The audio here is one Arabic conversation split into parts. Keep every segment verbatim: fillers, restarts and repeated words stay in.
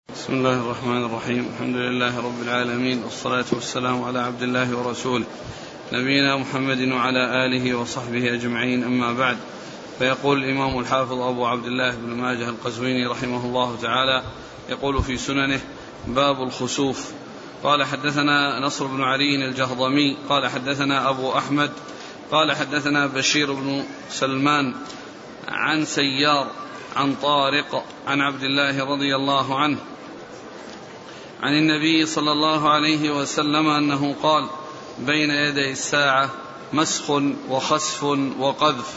بسم الله الرحمن الرحيم. الحمد لله رب العالمين، والصلاة والسلام على عبد الله ورسوله نبينا محمد وعلى آله وصحبه أجمعين، أما بعد. فيقول الإمام الحافظ أبو عبد الله بن ماجه القزويني رحمه الله تعالى يقول في سننه: باب الخسوف. قال: حدثنا نصر بن علي الجهضمي قال حدثنا أبو أحمد قال حدثنا بشير بن سلمان عن سيار عن طارق عن عبد الله رضي الله عنه عن النبي صلى الله عليه وسلم أنه قال: بين يدي الساعة مسخ وخسف وقذف.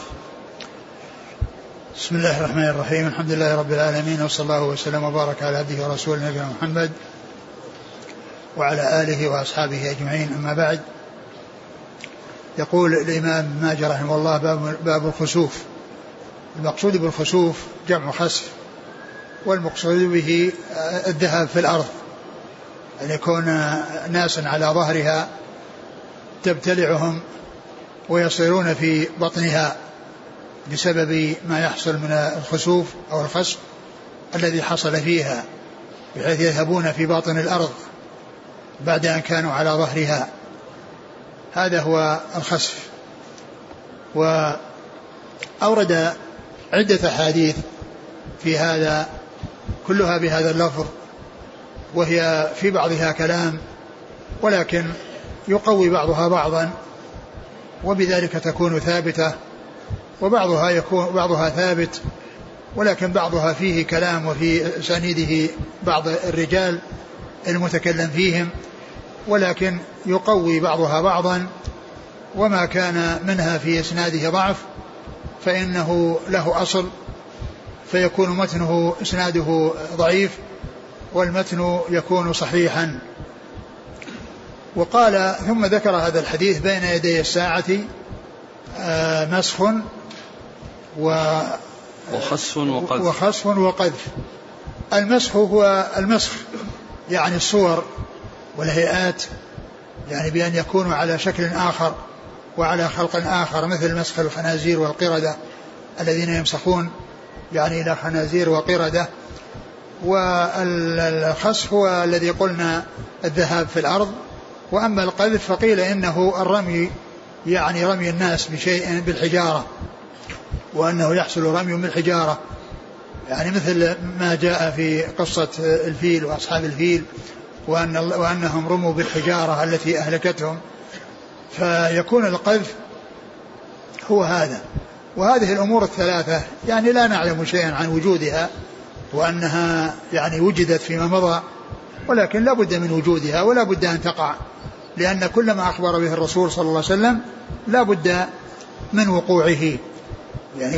بسم الله الرحمن الرحيم. الحمد لله رب العالمين، وصلى الله وسلم وبارك على عبده ورسوله نبينا محمد وعلى آله وأصحابه أجمعين، أما بعد. يقول الإمام ابن ماجه رحمه الله: باب الخسوف. المقصود بالخسوف جمع خسف، والمقصود به الذهاب في الأرض، أن يكون ناس على ظهرها تبتلعهم ويصيرون في بطنها بسبب ما يحصل من الخسوف أو الخسف الذي حصل فيها، بحيث يذهبون في باطن الأرض بعد أن كانوا على ظهرها. هذا هو الخسف. وأورد عدة أحاديث في هذا كلها بهذا اللفظ، وهي في بعضها كلام، ولكن يقوي بعضها بعضا، وبذلك تكون ثابتة، وبعضها يكون بعضها ثابت ولكن بعضها فيه كلام وفي أسانيده بعض الرجال المتكلم فيهم، ولكن يقوي بعضها بعضا. وما كان منها في إسناده ضعف فإنه له أصل، فيكون متنه إسناده ضعيف والمتن يكون صحيحا. وقال ثم ذكر هذا الحديث: بين يدي الساعة مسخ و وخسف وقذف. وخسف وقذف. المسخ هو المسخ، يعني الصور والهيئات، يعني بأن يكونوا على شكل آخر وعلى خلق آخر، مثل مسخ الخنازير والقردة الذين يمسخون يعني إلى خنازير وقردة. والخسف هو الذي قلنا الذهاب في الأرض. وأما القذف فقيل إنه الرمي، يعني رمي الناس بشيء بالحجارة، وأنه يحصل رمي بالحجارة، يعني مثل ما جاء في قصة الفيل وأصحاب الفيل، وأن وأنهم رموا بالحجارة التي أهلكتهم. فيكون القذف هو هذا. وهذه الأمور الثلاثة يعني لا نعلم شيئا عن وجودها، وأنها يعني وجدت فيما مضى، ولكن لا بد من وجودها ولا بد أن تقع، لأن كل ما أخبر به الرسول صلى الله عليه وسلم لا بد من وقوعه. يعني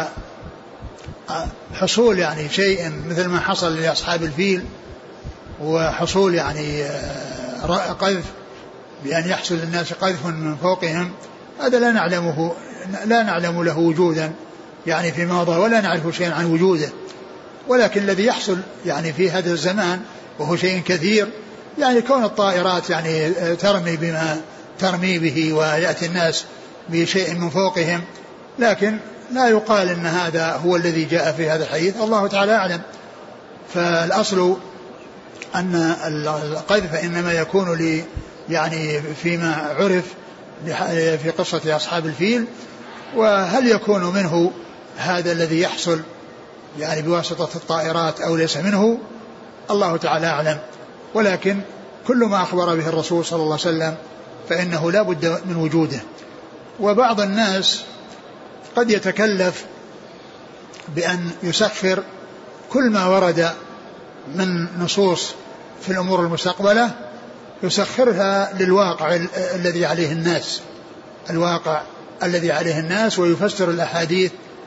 وحصول يعني شيء مثل ما حصل لأصحاب الفيل، وحصول يعني قذف بأن يحصل للناس قذف من فوقهم، هذا لا نعلمه لا نعلم له وجودا يعني في ماضى، ولا نعرف شيئا عن وجوده. ولكن الذي يحصل يعني في هذا الزمان وهو شيء كثير، يعني كون الطائرات يعني ترمي بما ترمي به ويأتي الناس بشيء من فوقهم، لكن لا يقال إن هذا هو الذي جاء في هذا الحديث، الله تعالى أعلم. فالأصل أن القذف إنما يكون لي يعني فيما عرف في قصة أصحاب الفيل. وهل يكون منه هذا الذي يحصل يعني بواسطة الطائرات أو ليس منه، الله تعالى أعلم. ولكن كل ما أخبر به الرسول صلى الله عليه وسلم فإنه لا بد من وجوده. وبعض الناس قد يتكلف بأن يسخر كل ما ورد من نصوص في الأمور المستقبلة، يسخرها للواقع الذي عليه الناس الواقع الذي عليه الناس ويفسر الأحاديث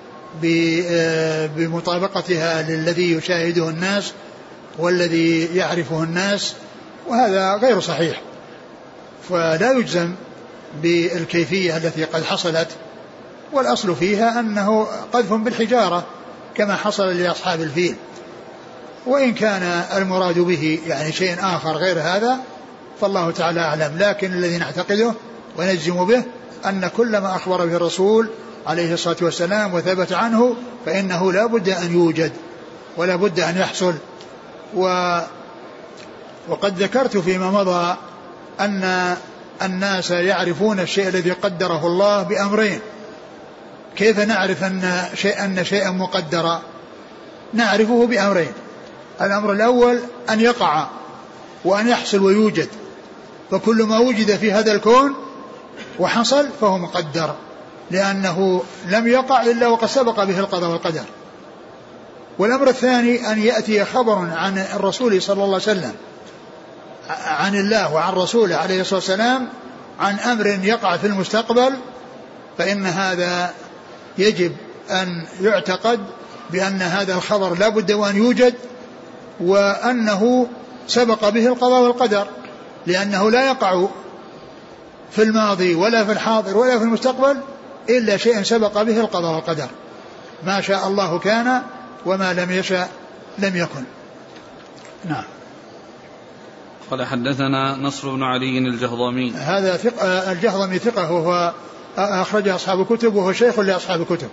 بمطابقتها للذي يشاهده الناس والذي يعرفه الناس، وهذا غير صحيح. فلا يجزم بالكيفية التي قد حصلت، والأصل فيها أنه قذف بالحجارة كما حصل لأصحاب الفيل. وإن كان المراد به يعني شيء آخر غير هذا فالله تعالى أعلم. لكن الذي نعتقده ونجزم به أن كل ما أخبر به الرسول عليه الصلاة والسلام وثبت عنه فإنه لا بد أن يوجد ولا بد أن يحصل و وقد ذكرت فيما مضى أن الناس يعرفون الشيء الذي قدره الله بأمرين. كيف نعرف أن شيء أن شيئا مقدر؟ نعرفه بأمرين. الأمر الأول أن يقع وأن يحصل ويوجد، فكل ما وجد في هذا الكون وحصل فهو مقدر، لأنه لم يقع إلا وقد سبق به القضاء والقدر. والأمر الثاني أن يأتي خبر عن الرسول صلى الله عليه وسلم عن الله وعن رسوله عليه الصلاة والسلام عن أمر يقع في المستقبل، فإن هذا يجب أن يعتقد بأن هذا الخبر لا بد وأن يوجد، وأنه سبق به القضاء والقدر، لأنه لا يقع في الماضي ولا في الحاضر ولا في المستقبل إلا شيء سبق به القضاء والقدر. ما شاء الله كان وما لم يشاء لم يكن. نعم. قال حدثنا نصر بن علي الجهضمي. هذا ثقة، الجهضمي ثقة، وهو أخرج أصحاب الكتب، وهو شيخ لأصحاب الكتب.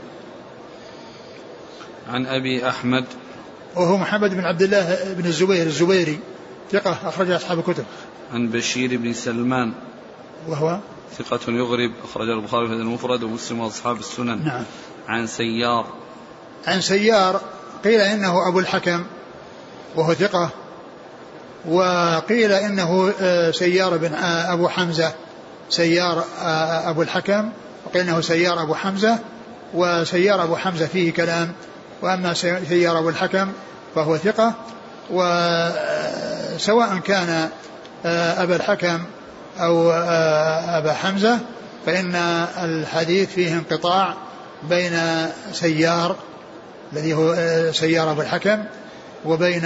عن أبي أحمد وهو محمد بن عبد الله بن الزبير الزبيري ثقة، أخرج أصحاب الكتب. عن بشير بن سلمان وهو ثقة يغرب، أخرج البخاري في المفرد ومسلم وأصحاب السنن. نعم. عن سيار عن سيار قيل إنه أبو الحكم وهو ثقة، وقيل إنه سيار بن أبو حمزة، سيار أبو الحكم، وقيل إنه سيار أبو حمزة، وسيار أبو حمزة فيه كلام، وأما سيار أبو الحكم فهو ثقة. وسواء كان أبا الحكم أو أبا حمزة فإن الحديث فيه انقطاع بين سيار الذي هو سيار أبو الحكم وبين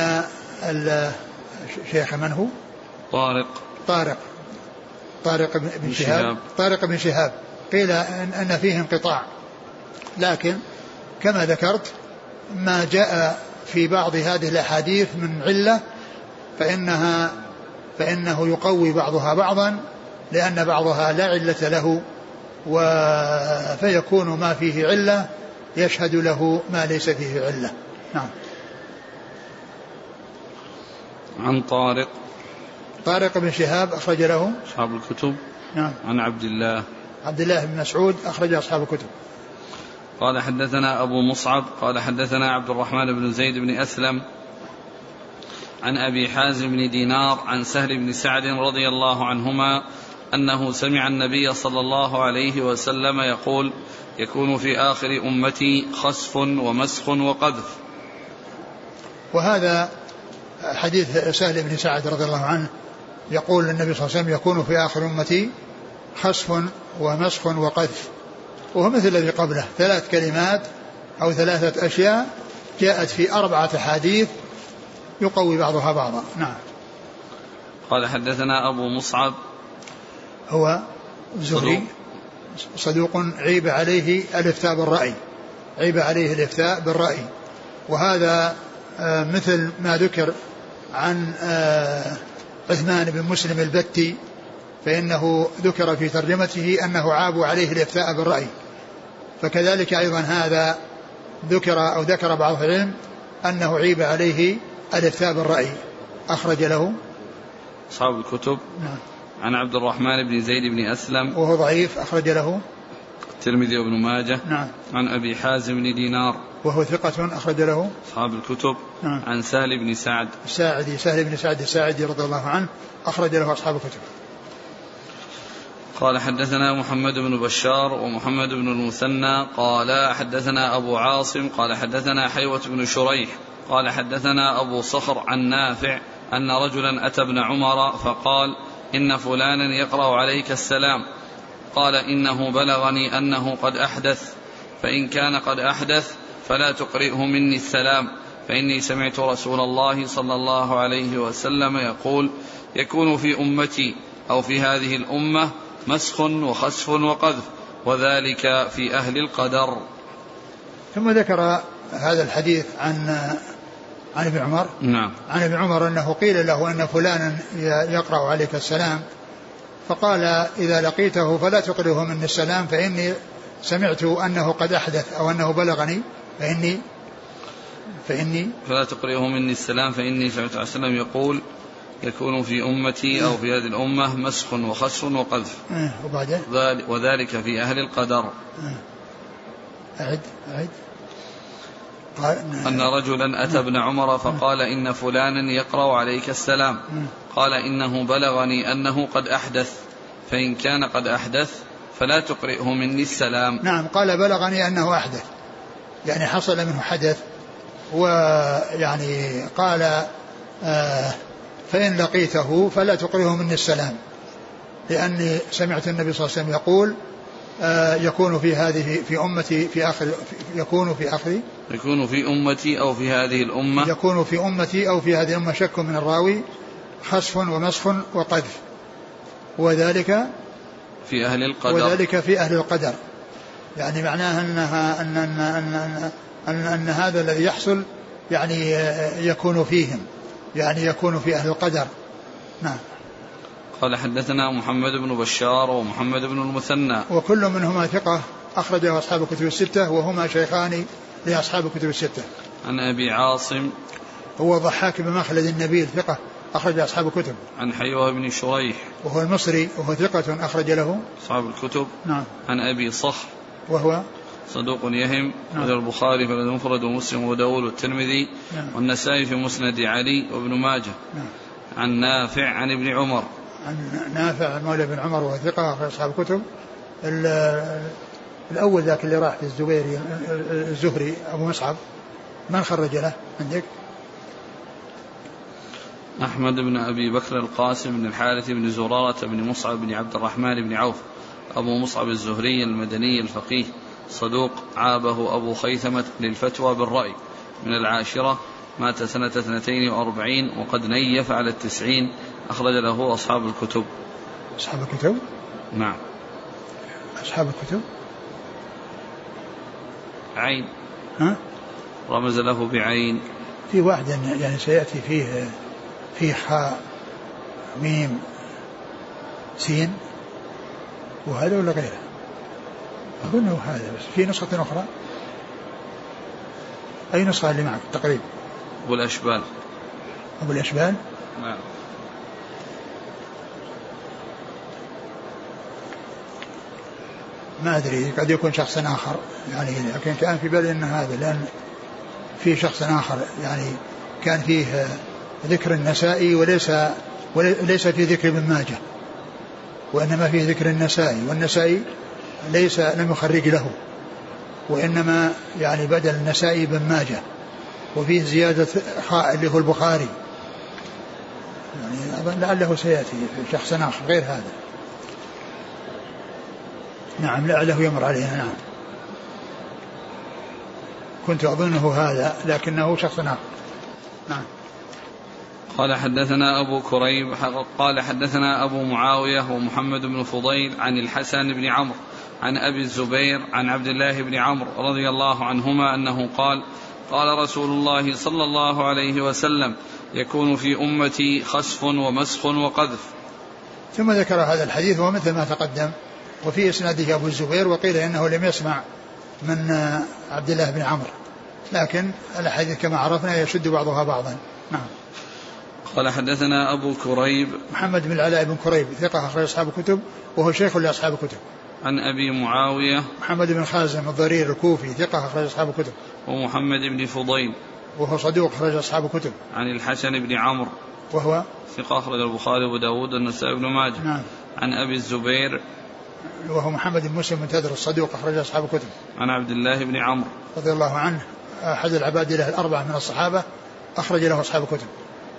الشيخ من هو طارق طارق طارق بن شهاب طارق بن شهاب قيل أن فيه انقطاع، لكن كما ذكرت ما جاء في بعض هذه الأحاديث من علة فإنها فإنه يقوي بعضها بعضا، لأن بعضها لا علة له، فيكون ما فيه علة يشهد له ما ليس فيه علة. نعم. عن طارق طارق بن شهاب أخرج له أصحاب الكتب. نعم. عن عبد الله عبد الله بن مسعود أخرج أصحاب الكتب. قال حدثنا أبو مصعب قال حدثنا عبد الرحمن بن زيد بن أسلم عن أبي حازم بن دينار عن سهل بن سعد رضي الله عنهما أنه سمع النبي صلى الله عليه وسلم يقول: يكون في آخر أمتي خسف ومسخ وقذف. وهذا حديث سهل بن سعد رضي الله عنه يقول النبي صلى الله عليه وسلم: يكون في آخر أمتي خسف ومسخ وقذف، وهو مثل الذي قبله، ثلاث كلمات أو ثلاثة أشياء جاءت في أربعة حديث يقوي بعضها بعضا. نعم. قال حدثنا أبو مصعب هو زهري صدوق عيب عليه الإفتاء بالرأي عيب عليه الإفتاء بالرأي وهذا مثل ما ذكر عن عثمان بن مسلم البتي، فإنه ذكر في ترجمته أنه عاب عليه الإفتاء بالرأي، فكذلك أيضا هذا ذكر أو ذكر بعض العلم أنه عيب عليه الإفتاء بالرأي، أخرج له أصحاب الكتب. نعم. عن عبد الرحمن بن زيد بن أسلم وهو ضعيف، أخرج له الترمذي وابن ماجه. نعم. عن أبي حازم بن دينار وهو ثقة، أخرج له أصحاب الكتب. نعم. عن سهل بن سعد الساعدي سهل بن سعد الساعدي رضي الله عنه، أخرج له أصحاب الكتب. قال حدثنا محمد بن بشار ومحمد بن المثنى قال حدثنا أبو عاصم قال حدثنا حيوة بن شريح قال حدثنا أبو صخر عن نافع أن رجلا أتى ابن عمر فقال: إن فلانا يقرأ عليك السلام. قال: إنه بلغني أنه قد أحدث، فإن كان قد أحدث فلا تقرئه مني السلام، فإني سمعت رسول الله صلى الله عليه وسلم يقول: يكون في أمتي أو في هذه الأمة مسخ وخسف وقذف، وذلك في أهل القدر. ثم ذكر هذا الحديث عن عن ابن عمر. نعم. عن ابن عمر أنه قيل له أن فلانا يقرأ عليك السلام، فقال: إذا لقيته فلا تقرئه مني السلام، فإني سمعت أنه قد أحدث، أو أنه بلغني فإني فإني فلا تقرئه مني السلام فإني سمعت عليه وسلم يقول يكون في أمتي أو في هذه الأمة مسخ وخسف وقذف. وبعده وذلك في أهل القدر. أعد أعد أن رجلا أتى ابن عمر فقال إن فلانا يقرأ عليك السلام. قال إنه بلغني أنه قد أحدث فإن كان قد أحدث فلا تقرئه مني السلام. نعم قال بلغني أنه أحدث يعني حصل منه حدث. ويعني قال آه فإن لقيته فلا تقرئه مني السلام لأني سمعت النبي صلى الله عليه وسلم يقول آه يكون في هذه في أمتي في آخر يكون في آخر يكون في أمتي أو في هذه الأمة يكون في أمتي أو في هذه الأمة شك من الراوي خسف ومسخ وقذف وذلك في أهل القدر وذلك في أهل القدر يعني معناها أنها أن أن أن أن, أن, أن هذا الذي يحصل يعني يكون فيهم يعني يكون في أهل القدر. نعم. قال حدثنا محمد بن بشار ومحمد بن المثنى وكل منهما ثقة أخرج له أصحاب الكتب الستة وهما شيخان لأصحاب الكتب الستة. عن أبي عاصم هو ضحاك بن مخلد النبيل ثقة أخرج أصحاب الكتب. عن حيوة بن شريح وهو المصري وهو ثقة أخرج له أصحاب الكتب. نعم. عن أبي صخر وهو صدوق يهم. نعم. وذا البخاري في المفرد ومسلم وداود والترمذي. نعم. والنسائي في مسند علي وابن ماجه. نعم. عن نافع عن ابن عمر عن نافع مولى بن عمر وهو ثقة أخرج أصحاب الكتب. الأول ذاك اللي راح في الزبيري الزهري أبو مصعب من خرج له عندك؟ أحمد بن أبي بكر القاسم بن الحارث بن زرارة بن مصعب بن عبد الرحمن بن عوف أبو مصعب الزهري المدني الفقيه صدوق عابه أبو خيثمة للفتوى بالرأي من العاشرة مات سنة اثنتين وأربعين وقد نيف على التسعين أخرج له أصحاب الكتب. أصحاب الكتب؟ نعم. أصحاب الكتب عين ها؟ رمز له بعين. في واحد يعني سيأتي فيه فيه حاء ميم سين وهذا ولا غيره؟ أقول له هذا بس في نسخة أخرى. أي نسخة اللي معك تقريبا؟ أبو الأشبال. أبو الأشبال؟ نعم. ما أدري قد يكون شخص آخر يعني لكن كان في بالي أن هذا لأن في شخص آخر يعني كان فيه ذكر النسائي وليس وليس في ذكر ابن ماجه وإنما فيه ذكر النسائي والنسائي ليس لم يخرج له وإنما يعني بدل النسائي بن ماجه وفيه زيادة خاء اللي هو البخاري يعني لعله سيأتي في شخص آخر غير هذا. نعم لعله يمر علينا. نعم كنت أظنه هذا لكنه شخص آخر. نعم. قال حدثنا أبو كريب قال حدثنا أبو معاوية ومحمد بن فضيل عن الحسن بن عمرو عن أبي الزبير عن عبد الله بن عمرو رضي الله عنهما أنه قال قال رسول الله صلى الله عليه وسلم يكون في أمتي خسف ومسخ وقذف. ثم ذكر هذا الحديث ومثل ما تقدم وفي إسناده أبو الزبير وقيل إنه لم يسمع من عبد الله بن عمرو لكن الحديث كما عرفنا يشد بعضها بعضا. نعم. قال حدثنا أبو كريب محمد بن العلاء بن كريب ثقة أخرج أصحاب الكتب وهو شيخ لأصحاب الكتب. عن أبي معاوية محمد بن خازم الضرير الكوفي ثقة أخرج أصحاب الكتب. ومحمد بن فضيل وهو صدوق أخرج أصحاب الكتب. عن الحسن بن عمرو وهو ثقة أخرج البخاري وداود والنسائي بن ماجه. نعم. عن أبي الزبير وهو محمد بن مسلم منتدر الصدوق أخرج أصحاب الكتب. عن عبد الله بن عمرو رضي الله عنه أحد العباد له الأربعة من الصحابة أخرج له أصحاب الكتب.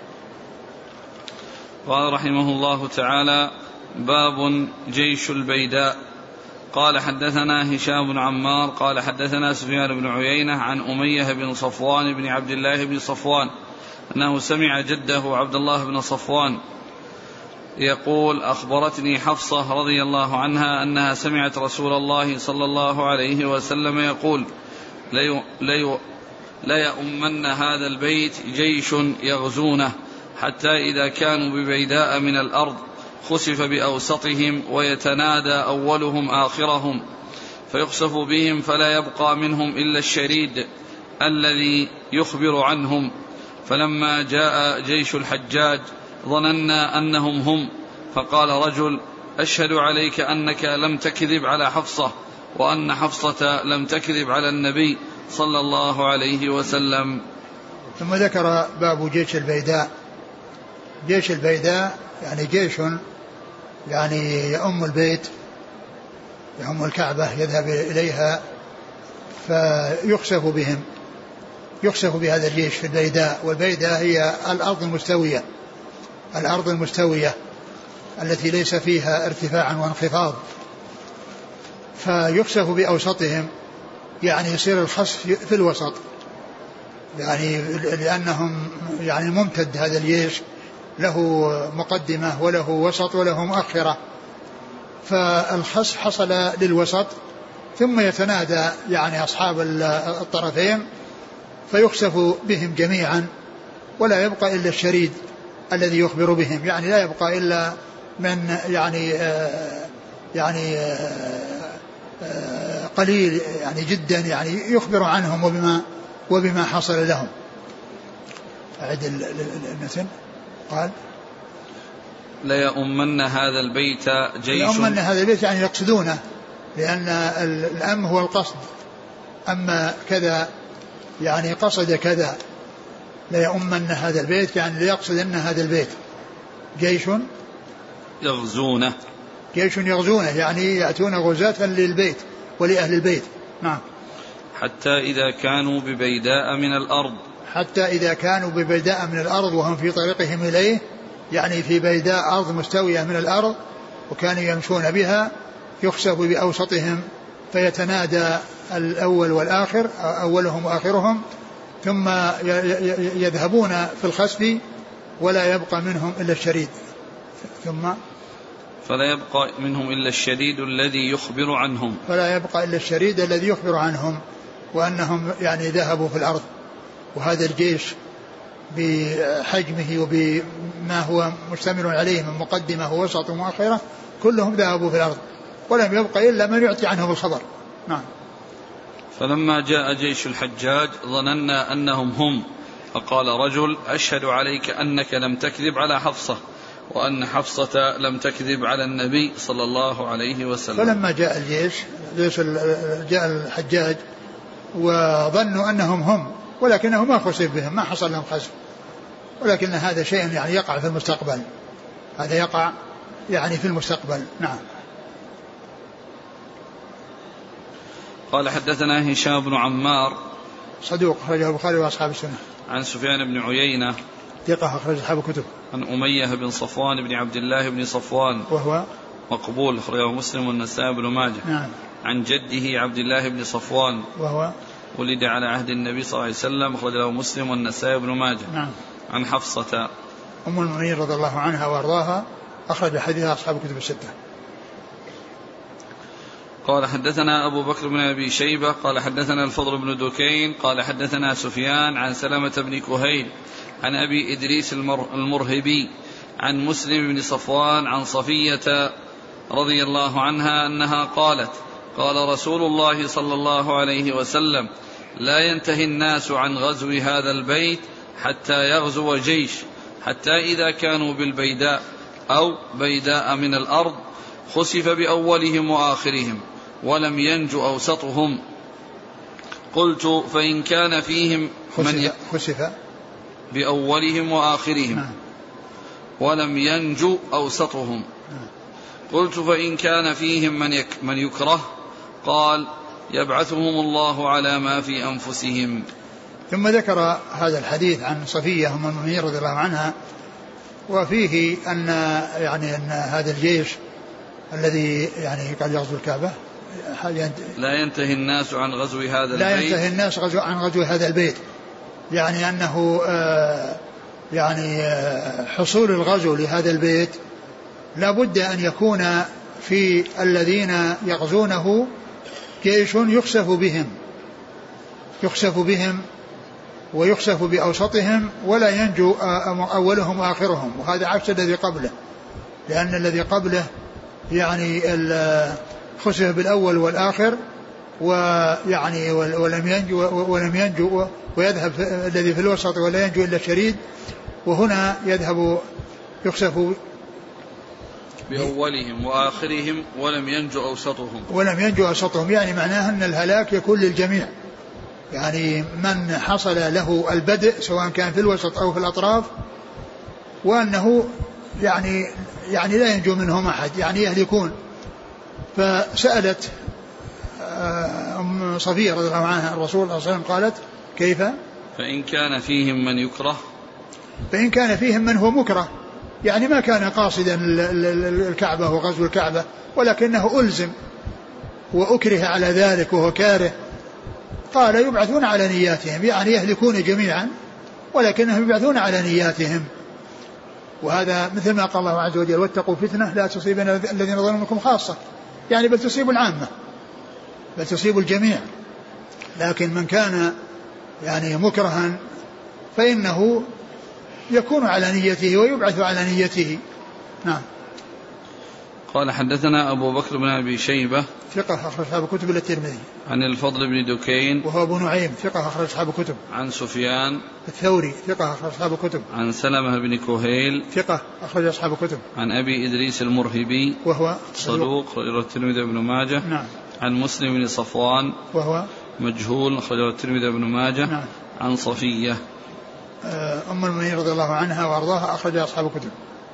قال رحمه الله تعالى باب جيش البيداء. قال حدثنا هشام بن عمار قال حدثنا سفيان بن عيينة عن أمية بن صفوان بن عبد الله بن صفوان أنه سمع جده عبد الله بن صفوان يقول أخبرتني حفصة رضي الله عنها أنها سمعت رسول الله صلى الله عليه وسلم يقول لا لي لا يؤمن هذا البيت جيش يغزونه حتى إذا كانوا ببيداء من الأرض خسف بأوسطهم ويتنادى أولهم آخرهم فيخسف بهم فلا يبقى منهم إلا الشريد الذي يخبر عنهم. فلما جاء جيش الحجاج ظننا أنهم هم، فقال رجل: أشهد عليك أنك لم تكذب على حفصة، وأن حفصة لم تكذب على النبي صلى الله عليه وسلم. ثم ذكر باب جيش البيداء. جيش البيداء يعني جيش يعني يؤم البيت، يؤم الكعبة، يذهب إليها فيخسف بهم، يخسف بهذا الجيش في البيداء. والبيداء هي الأرض المستوية، الأرض المستوية التي ليس فيها ارتفاع وانخفاض، فيخسف بأوسطهم، يعني يصير الخسف في الوسط، يعني لأنهم يعني ممتد هذا الجيش، له مقدمة وله وسط وله مؤخرة، فالخسف حصل للوسط، ثم يتنادى يعني أصحاب الطرفين فيخسف بهم جميعا، ولا يبقى إلا الشريد الذي يخبر بهم، يعني لا يبقى إلا من يعني آه يعني آه آه قليل يعني جدا يعني يخبر عنهم وبما وبما حصل لهم. أعد المثل. قال: ليؤمن هذا البيت جيش. ليؤمن هذا البيت يعني يقصدونه، لأن الأم هو القصد، أما كذا يعني قصد كذا. ليؤمن هذا البيت يعني ليقصد أن هذا البيت جيش يغزونه، جيش يغزونه يعني يأتون غزاة للبيت ولأهل البيت. نعم. حتى إذا كانوا ببيداء من الأرض، حتى إذا كانوا ببيداء من الأرض وهم في طريقهم إليه، يعني في بيداء أرض مستوية من الأرض وكانوا يمشون بها، يخسف بأوسطهم فيتنادى الأول والآخر، أولهم وآخرهم، ثم يذهبون في الخسف ولا يبقى منهم إلا الشريد. ثم فلا يبقى منهم إلا الشريد الذي يخبر عنهم. فلا يبقى إلا الشريد الذي يخبر عنهم وأنهم يعني ذهبوا في الأرض. وهذا الجيش بحجمه وبما هو مشتمل عليه من مقدمة ووسط ومؤخرة كلهم ذهبوا في الأرض، ولم يبقى إلا من يعطي عنهم الخبر. نعم. فلما جاء جيش الحجاج ظننا أنهم هم، فقال رجل: أشهد عليك أنك لم تكذب على حفصة، وأن حفصة لم تكذب على النبي صلى الله عليه وسلم. فلما جاء الجيش جاء الحجاج وظنوا أنهم هم، ولكنه ما خسف بهم، ما حصل لهم خسف، ولكن هذا شيء يعني يقع في المستقبل، هذا يقع يعني في المستقبل. نعم. قال: حدثنا هشام بن عمار صدوق أخرجه البخاري وأصحاب السنة. عن سفيان بن عيينة ثقة أخرج أصحاب الكتب. عن أمية بن صفوان بن عبد الله بن صفوان وهو مقبول أخرجه مسلم والنسائي بن ماجه. نعم. عن جده عبد الله بن صفوان وهو ولد على عهد النبي صلى الله عليه وسلم أخرجه مسلم والنسائي بن ماجه. نعم. عن حفصة أم المؤمنين رضي الله عنها وأرضاها أخرج حديثها أصحاب الكتب الستة. قال: حدثنا أبو بكر بن أبي شيبة قال حدثنا الفضل بن دكين قال حدثنا سفيان عن سلمة بن كهيل عن أبي إدريس المرهبي عن مسلم بن صفوان عن صفية رضي الله عنها أنها قالت: قال رسول الله صلى الله عليه وسلم: لا ينتهي الناس عن غزو هذا البيت حتى يغزو جيش، حتى إذا كانوا بالبيداء أو بيداء من الأرض خسف بأولهم وآخرهم ولم ينج أوسطهم. قلت: فإن كان فيهم من خسف بأولهم وآخرهم ولم ينج أوسطهم. قلت: فإن كان فيهم من, يك من يكره؟ قال: يبعثهم الله على ما في أنفسهم. ثم ذكر هذا الحديث عن صفية أم المؤمنين رضي الله عنها، وفيه أن يعني أن هذا الجيش الذي يعني قد يغزو الكعبة لا ينتهي الناس عن غزو هذا البيت لا ينتهي الناس غزو عن غزو هذا البيت، يعني أنه آه يعني آه حصول الغزو لهذا البيت لا بد أن يكون في الذين يغزونه جيش يخسف بهم يخسف بهم ويخسف بأوسطهم ولا ينجو أولهم وآخرهم، وهذا عكس الذي قبله، لأن الذي قبله يعني خسف بالأول والآخر ويعني ولم ينجو ولم ينجو ويذهب الذي في الوسط ولا ينجو إلا الشريد. وهنا يذهب يخسف بأولهم وآخرهم ولم ينجو أوسطهم ولم ينجو أوسطهم، يعني معناه أن الهلاك يكون للجميع، يعني من حصل له البدء سواء كان في الوسط أو في الأطراف، وأنه يعني يعني لا ينجو منهم أحد، يعني يهلكون. فسألت أم صفية رضي الله عنها الرسول صلى الله عليه وسلم قالت كيف؟ فإن كان فيهم من يكره فإن كان فيهم من هو مكره، يعني ما كان قاصدا الكعبة وغزو الكعبة ولكنه ألزم وأكره على ذلك وهو كاره، قال يبعثون على نياتهم، يعني يهلكون جميعا ولكنهم يبعثون على نياتهم. وهذا مثل ما قال الله عز وجل واتقوا فتنة لا تصيبن الذين ظلموا منكم خاصة، يعني بل تصيب العامة بل تصيب الجميع. لكن من كان يعني مكرها فإنه يكون على نيته ويبعث على نيته. نعم. قال حدثنا أبو بكر بن أبي شيبة ثقة أخرج أصحاب الكتب إلا الترمذي. عن الفضل بن دكين وهو أبو نعيم ثقة أخرج أصحاب الكتب. عن سفيان الثوري ثقة أخرج أصحاب الكتب. عن سلمة بن كهيل ثقة أخرج أصحاب الكتب. عن أبي إدريس المرهبي وهو صدوق رواه الترمذي بن ماجه. نعم. عن مسلم بن صفوان وهو مجهول أخرجه الترمذي بن ماجه. نعم. عن صفية أم المؤمنين رضي الله عنها وأرضاها أخرج أصحاب الكتب.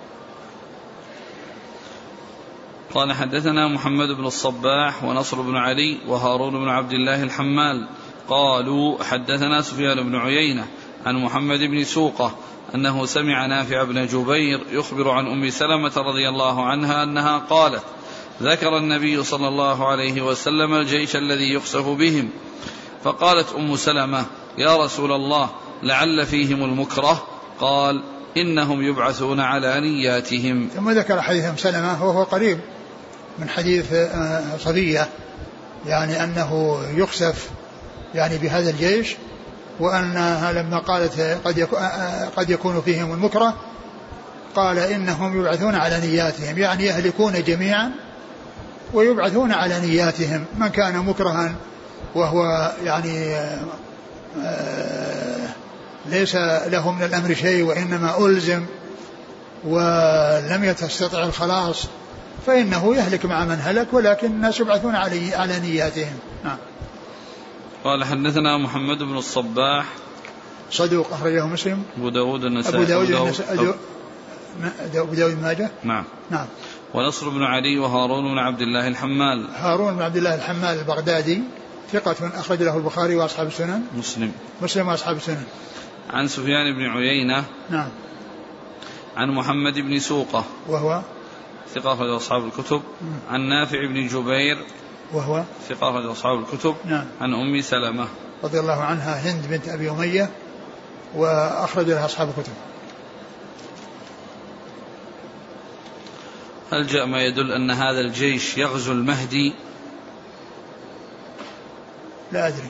قال حدثنا محمد بن الصباح ونصر بن علي وهارون بن عبد الله الحمال قالوا حدثنا سفيان بن عيينة عن محمد بن سوقة أنه سمع نافع بن جبير يخبر عن أم سلمة رضي الله عنها أنها قالت ذكر النبي صلى الله عليه وسلم الجيش الذي يخسف بهم، فقالت أم سلمة يا رسول الله لعل فيهم المكره، قال إنهم يبعثون على نياتهم. ثم ذكر حديث أم سلمة وهو قريب من حديث صفية، يعني أنه يخسف يعني بهذا الجيش، وأنها لما قالت قد قد يكون فيهم المكره قال إنهم يبعثون على نياتهم، يعني يهلكون جميعا ويبعثون على نياتهم. من كان مكرها وهو يعني ليس له من الأمر شيء وإنما ألزم ولم يستطع الخلاص فإنه يهلك مع من هلك، ولكن الناس يبعثون على على نياتهم. نعم. قال حدثنا محمد بن الصباح صدوق أخرجه مسلم أبو داود النسائي أبو داود النسائي أبو داود ماجه. نعم. نعم. ونصر بن علي وهارون بن عبد الله الحمال هارون بن عبد الله الحمال البغدادي ثقة أخرج له البخاري وأصحاب السنن مسلم مسلم وأصحاب السنن. عن سفيان بن عيينة نعم. عن محمد بن سوقة وهو ثقة أخرج أصحاب الكتب. عن نافع بن جبير وهو ثقة أخرج أصحاب الكتب. نعم. عن أم سلمة رضي الله عنها هند بنت أبي أمية وأخرج لها أصحاب الكتب. هل جاء ما يدل أن هذا الجيش يغزو المهدي؟ لا أدري.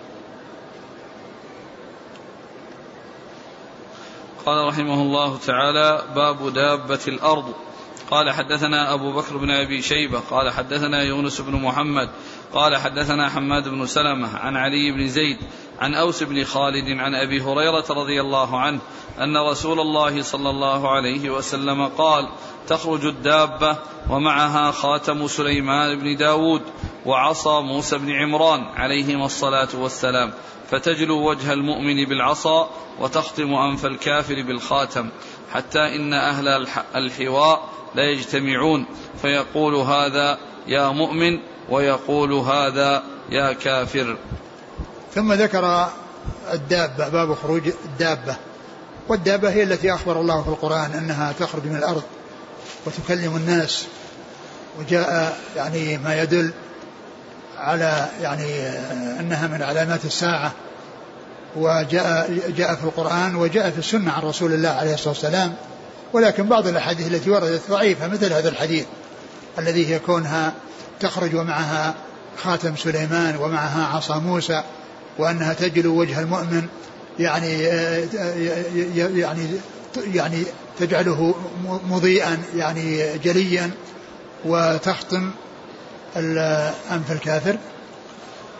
قال رحمه الله تعالى باب دابة الأرض. قال حدثنا أبو بكر بن أبي شيبة قال حدثنا يونس بن محمد قال حدثنا حماد بن سلمة عن علي بن زيد عن أوس بن خالد عن أبي هريرة رضي الله عنه أن رسول الله صلى الله عليه وسلم قال تخرج الدابة ومعها خاتم سليمان بن داود وعصا موسى بن عمران عليهما الصلاة والسلام، فتجلو وجه المؤمن بالعصا وتخطم أنف الكافر بالخاتم، حتى إن أهل الحواء لا يجتمعون فيقول هذا يا مؤمن ويقول هذا يا كافر. ثم ذكر الدابة باب خروج الدابة، والدابة هي التي أخبر الله في القرآن أنها تخرج من الأرض وتكلم الناس، وجاء يعني ما يدل على يعني أنها من علامات الساعة، وجاء جاء في القرآن وجاء في السنة عن رسول الله عليه الصلاة والسلام. ولكن بعض الأحاديث التي وردت ضعيفة مثل هذا الحديث الذي هي كونها تخرج ومعها خاتم سليمان ومعها عصا موسى وأنها تجلو وجه المؤمن، يعني يعني يعني تجعله مضيئا يعني جليا، وتخطم أنف الكافر.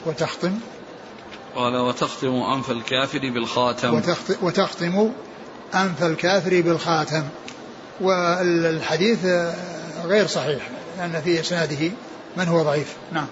وتختم قال وتختم أنف الكافر بالخاتم وتختم أنف الكافر بالخاتم. والحديث غير صحيح لأن في إسناده من هو ضعيف. نعم.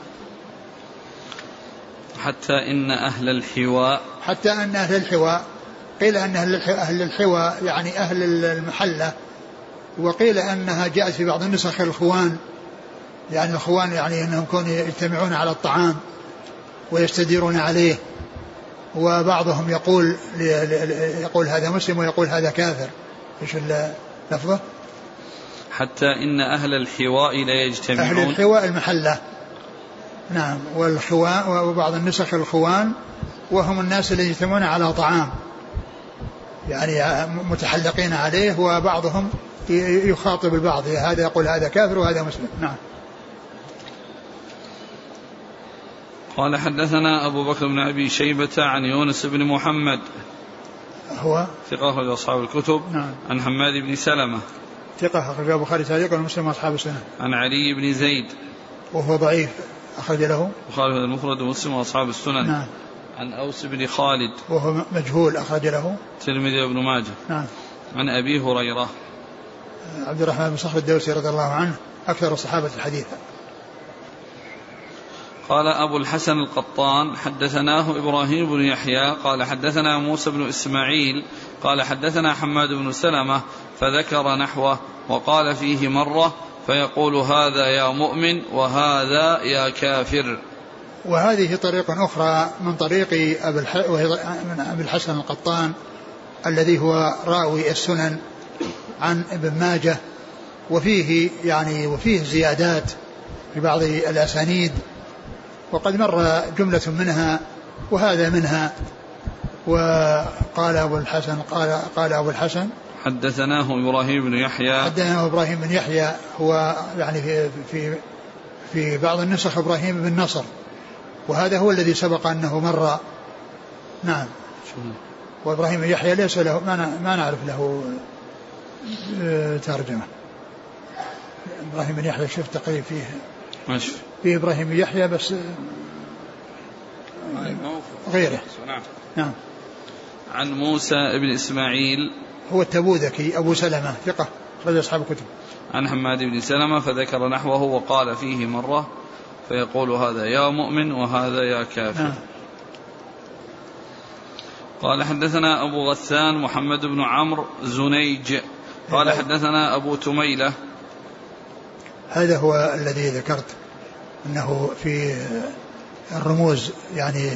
حتى إن أهل الحواء حتى أن أهل الحواء قيل أن أهل الحواء يعني أهل المحلة، وقيل أنها جاءت في بعض النسخ الخوان، يعني الخوان يعني أنهم يكونوا يجتمعون على الطعام ويستديرون عليه، وبعضهم يقول يقول هذا مسلم ويقول هذا كافر. ايش اللفظة؟ حتى إن أهل الحواء لا يجتمعون. أهل الحواء المحلة. نعم. والخوان وبعض النسخ الخوان وهم الناس اللي يجتمعون على طعام يعني متحلقين عليه، وبعضهم يخاطب البعض، هذا يقول هذا كافر وهذا مسلم. نعم. قال حدثنا أبو بكر بن أبي شيبة عن يونس بن محمد هو ثقة أخرج أصحاب الكتب. نعم. عن حماد بن سلمة ثقة أخرج البخاري تعليقا ومسلم وأصحاب السنة. عن علي بن زيد وهو ضعيف أخرج له البخاري المفرد ومسلم وأصحاب السنن. نعم. عن أوس بن خالد وهو مجهول أخرج له الترمذي وابن ماجه. نعم. عن أبي هريرة عبد الرحمن بن صخر الدوسي رضي الله عنه أكثر الصحابة حديثا. قال أبو الحسن القطان حدثناه إبراهيم بن يحيى قال حدثنا موسى بن إسماعيل قال حدثنا حماد بن سلمة فذكر نحوه وقال فيه مرة فيقول هذا يا مؤمن وهذا يا كافر. وهذه طريق أخرى من طريق أبي الحسن القطان الذي هو راوي السنن عن ابن ماجه، وفيه يعني وفيه زيادات في بعض الأسانيد وقد مر جملة منها وهذا منها. وقال أبو الحسن قال قال أبو الحسن حدثناه إبراهيم بن يحيى حدثناه إبراهيم بن يحيى هو يعني في في في بعض النسخ إبراهيم بن نصر، وهذا هو الذي سبق أنه مر. نعم. وإبراهيم بن يحيى ليس له ما ما نعرف له ترجمة. إبراهيم بن يحيى شفت تقريب فيه ماشي فيه إبراهيم بن يحيى بس غيره. نعم. نعم. عن موسى بن إسماعيل هو التبوذكي أبو سلمة ثقة أخرج أصحاب الكتب. عن حماد بن سلمة فذكر نحوه وقال فيه مرة فيقول هذا يا مؤمن وهذا يا كافر. نعم. قال حدثنا أبو غسان محمد بن عمرو زنيج قال حدثنا أبو تميلة. هذا هو الذي ذكرت أنه في الرموز يعني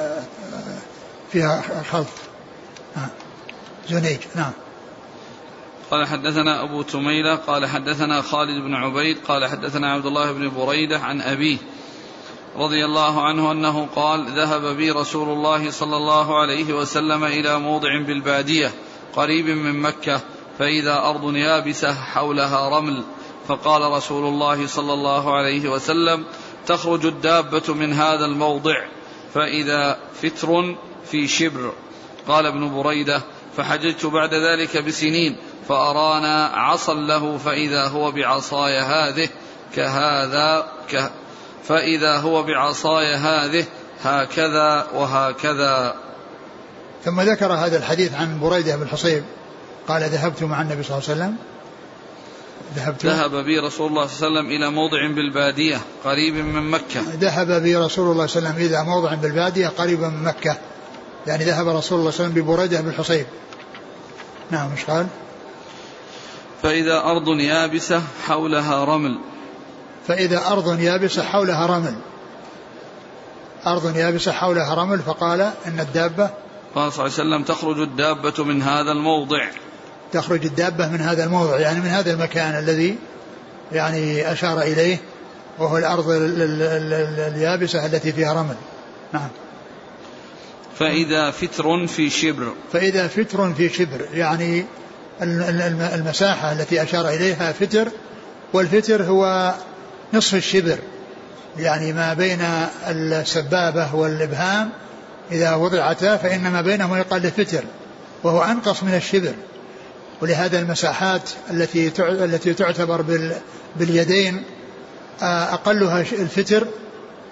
فيها خلط. زنيج. نعم. قال حدثنا أبو تميلة قال حدثنا خالد بن عبيد قال حدثنا عبد الله بن بريدة عن أبيه رضي الله عنه أنه قال ذهب بي رسول الله صلى الله عليه وسلم إلى موضع بالبادية قريب من مكة فإذا أرض يابسة حولها رمل فقال رسول الله صلى الله عليه وسلم تخرج الدابة من هذا الموضع فإذا فتر في شبر. قال ابن بريدة فحججت بعد ذلك بسنين فأرانا عصا له فإذا هو بعصاي هذه كهذا ك فإذا هو بعصاي هذه هكذا وهكذا. ثم ذكر هذا الحديث عن بريدة بن الحصيب قال ذهبت مع النبي صلى الله عليه وسلم ذهبت ذهب بي رسول الله صلى الله عليه وسلم إلى موضع بالبادية قريب من مكة. ذهب بي رسول الله صلى الله عليه وسلم إلى موضع بالبادية قريبا من مكة، يعني ذهب رسول الله صلى الله عليه وسلم ببريدة بن الحصيب. نعم. مش قال فإذا أرض يابسة حولها رمل فإذا أرض يابسة حولها رمل أرض يابسة حولها رمل فقال إن الدابة قال صلى الله عليه وسلم تخرج الدابة من هذا الموضع تخرج الدابة من هذا الموضع يعني من هذا المكان الذي يعني أشار إليه وهو الأرض اليابسة التي فيها رمل. نعم. فإذا فتر في شبر فإذا فتر في شبر يعني المساحة التي أشار إليها فتر، والفتر هو نصف الشبر يعني ما بين السبابة والإبهام إذا وضعتا فإن ما بينهما يقال فتر وهو أنقص من الشبر. ولهذا المساحات التي التي تعتبر باليدين أقلها الفتر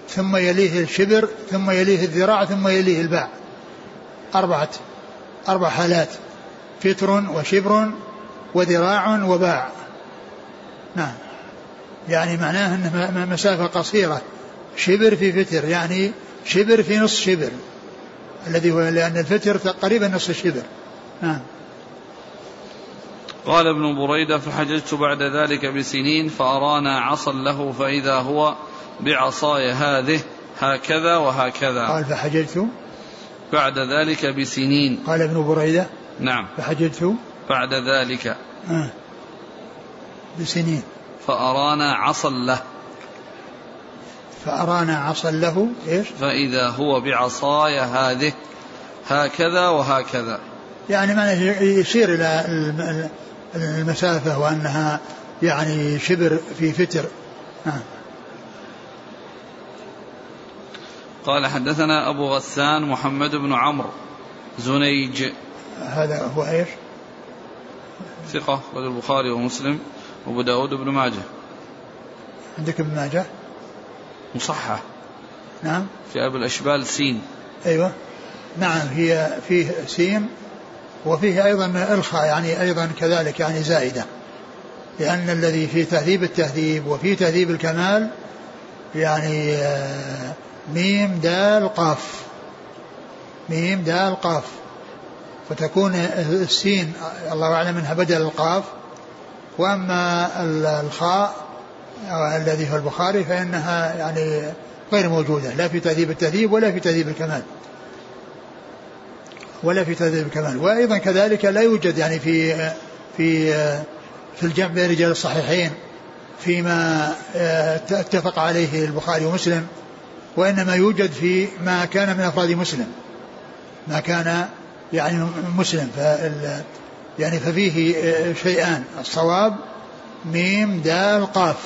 ثم يليه الشبر ثم يليه الذراع ثم يليه الباع. أربعة أربع حالات: فتر وشبر وذراع وباع. نعم، يعني معناه أنه مسافة قصيرة. شبر في فتر يعني شبر في نصف شبر الذي هو لأن الفتر تقريبا نصف الشبر. نعم. قال ابن بريدة: فحججت بعد ذلك بسنين فأرانا عصا له فإذا هو بعصاي هذه هكذا وهكذا. قال فحججت بعد ذلك بسنين. قال ابن بريدة: نعم. فحججت بعد ذلك آه. بسنين فأرانا عصا له فأرانا عصا له إيش؟ فإذا هو بعصاي هذه هكذا وهكذا، يعني معنى يشير إلى المسافة وأنها يعني شبر في فتر. آه. قال: حدثنا أبو غسان محمد بن عمرو زنيج. هذا هو إيش؟ ثقة، رجل البخاري ومسلم وابو داود بن ماجه. عندك ابن ماجه مصحح. نعم. في أبو الأشبال سين. أيوة نعم، هي فيه سين وفيه أيضا الخاء يعني أيضا كذلك يعني زائدة، لأن الذي في تهذيب التهذيب وفي تهذيب الكمال يعني ميم دال قاف ميم دال قاف، فتكون السين الله أعلم منها بدل القاف، وأما الخاء الذي هو البخاري فإنها يعني غير موجودة لا في تهذيب التهذيب ولا في تهذيب الكمال ولا في تهذيب الكمال. وأيضا كذلك لا يوجد يعني في في في الجمع بين رجال الصحيحين فيما اتفق عليه البخاري ومسلم، وإنما يوجد في ما كان من أفراد مسلم ما كان يعني مسلم فال يعني ففيه شيئان: الصواب ميم دال قاف،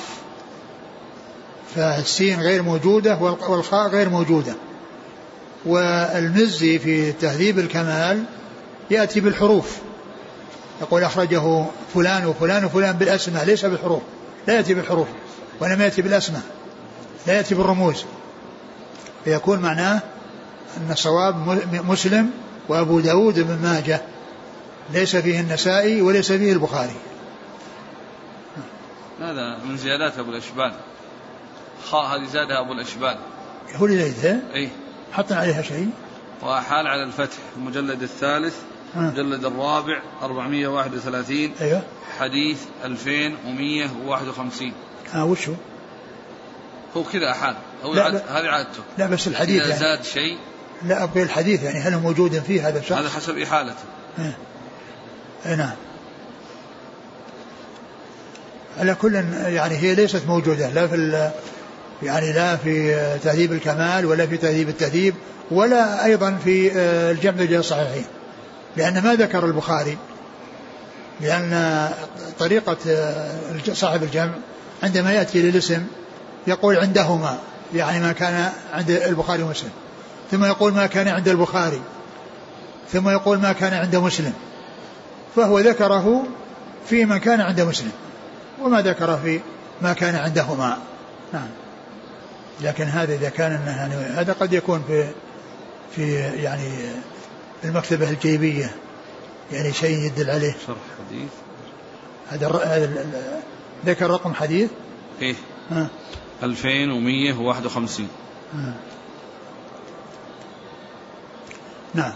فالسين غير موجودة والخاء غير موجودة. والمزي في تهذيب الكمال يأتي بالحروف، يقول أخرجه فلان وفلان وفلان بالأسماء ليس بالحروف، لا يأتي بالحروف وإنما يأتي بالأسماء لا يأتي بالرموز، فيكون معناه أن الصواب مسلم وأبو داود بن ماجه، ليس فيه النسائي وليس فيه البخاري. هذا من زيادات أبو الأشبال، خاء هذه زادها أبو الأشبال هو اللي ليتها أي حطنا عليها شيء، وحال على الفتح المجلد الثالث المجلد الرابع أربعمائة وواحد وثلاثين. أيوة. حديث ألفين ومئة وواحد وخمسين. ها وشو هو كذا أحال هو لا عد... لا هذه عادته. لا بس الحديث إذا يعني زاد شيء لا أبقي الحديث يعني هل هو موجود فيه هذا الشخص؟ هذا حسب إحالته. اي نعم. على كل يعني هي ليست موجودة لا في يعني لا في تهذيب الكمال ولا في تهذيب التهذيب ولا أيضا في الجمع بين الصحيحين، لأن ما ذكر البخاري، لأن طريقة صاحب الجمع عندما يأتي للاسم يقول عندهما يعني ما كان عند البخاري ومسلم، ثم يقول ما كان عند البخاري، ثم يقول ما كان عند مسلم، فهو ذكره في من كان عند مسلم وما ذكر في ما كان عندهما. نعم. لكن هذا إذا كان يعني هذا قد يكون في في يعني المكتبة الجيبية يعني شيء يدل عليه. شرح حديث هذا ذكر رقم حديث إيه ها ألفين ومئة وواحد وخمسين. ها. نعم.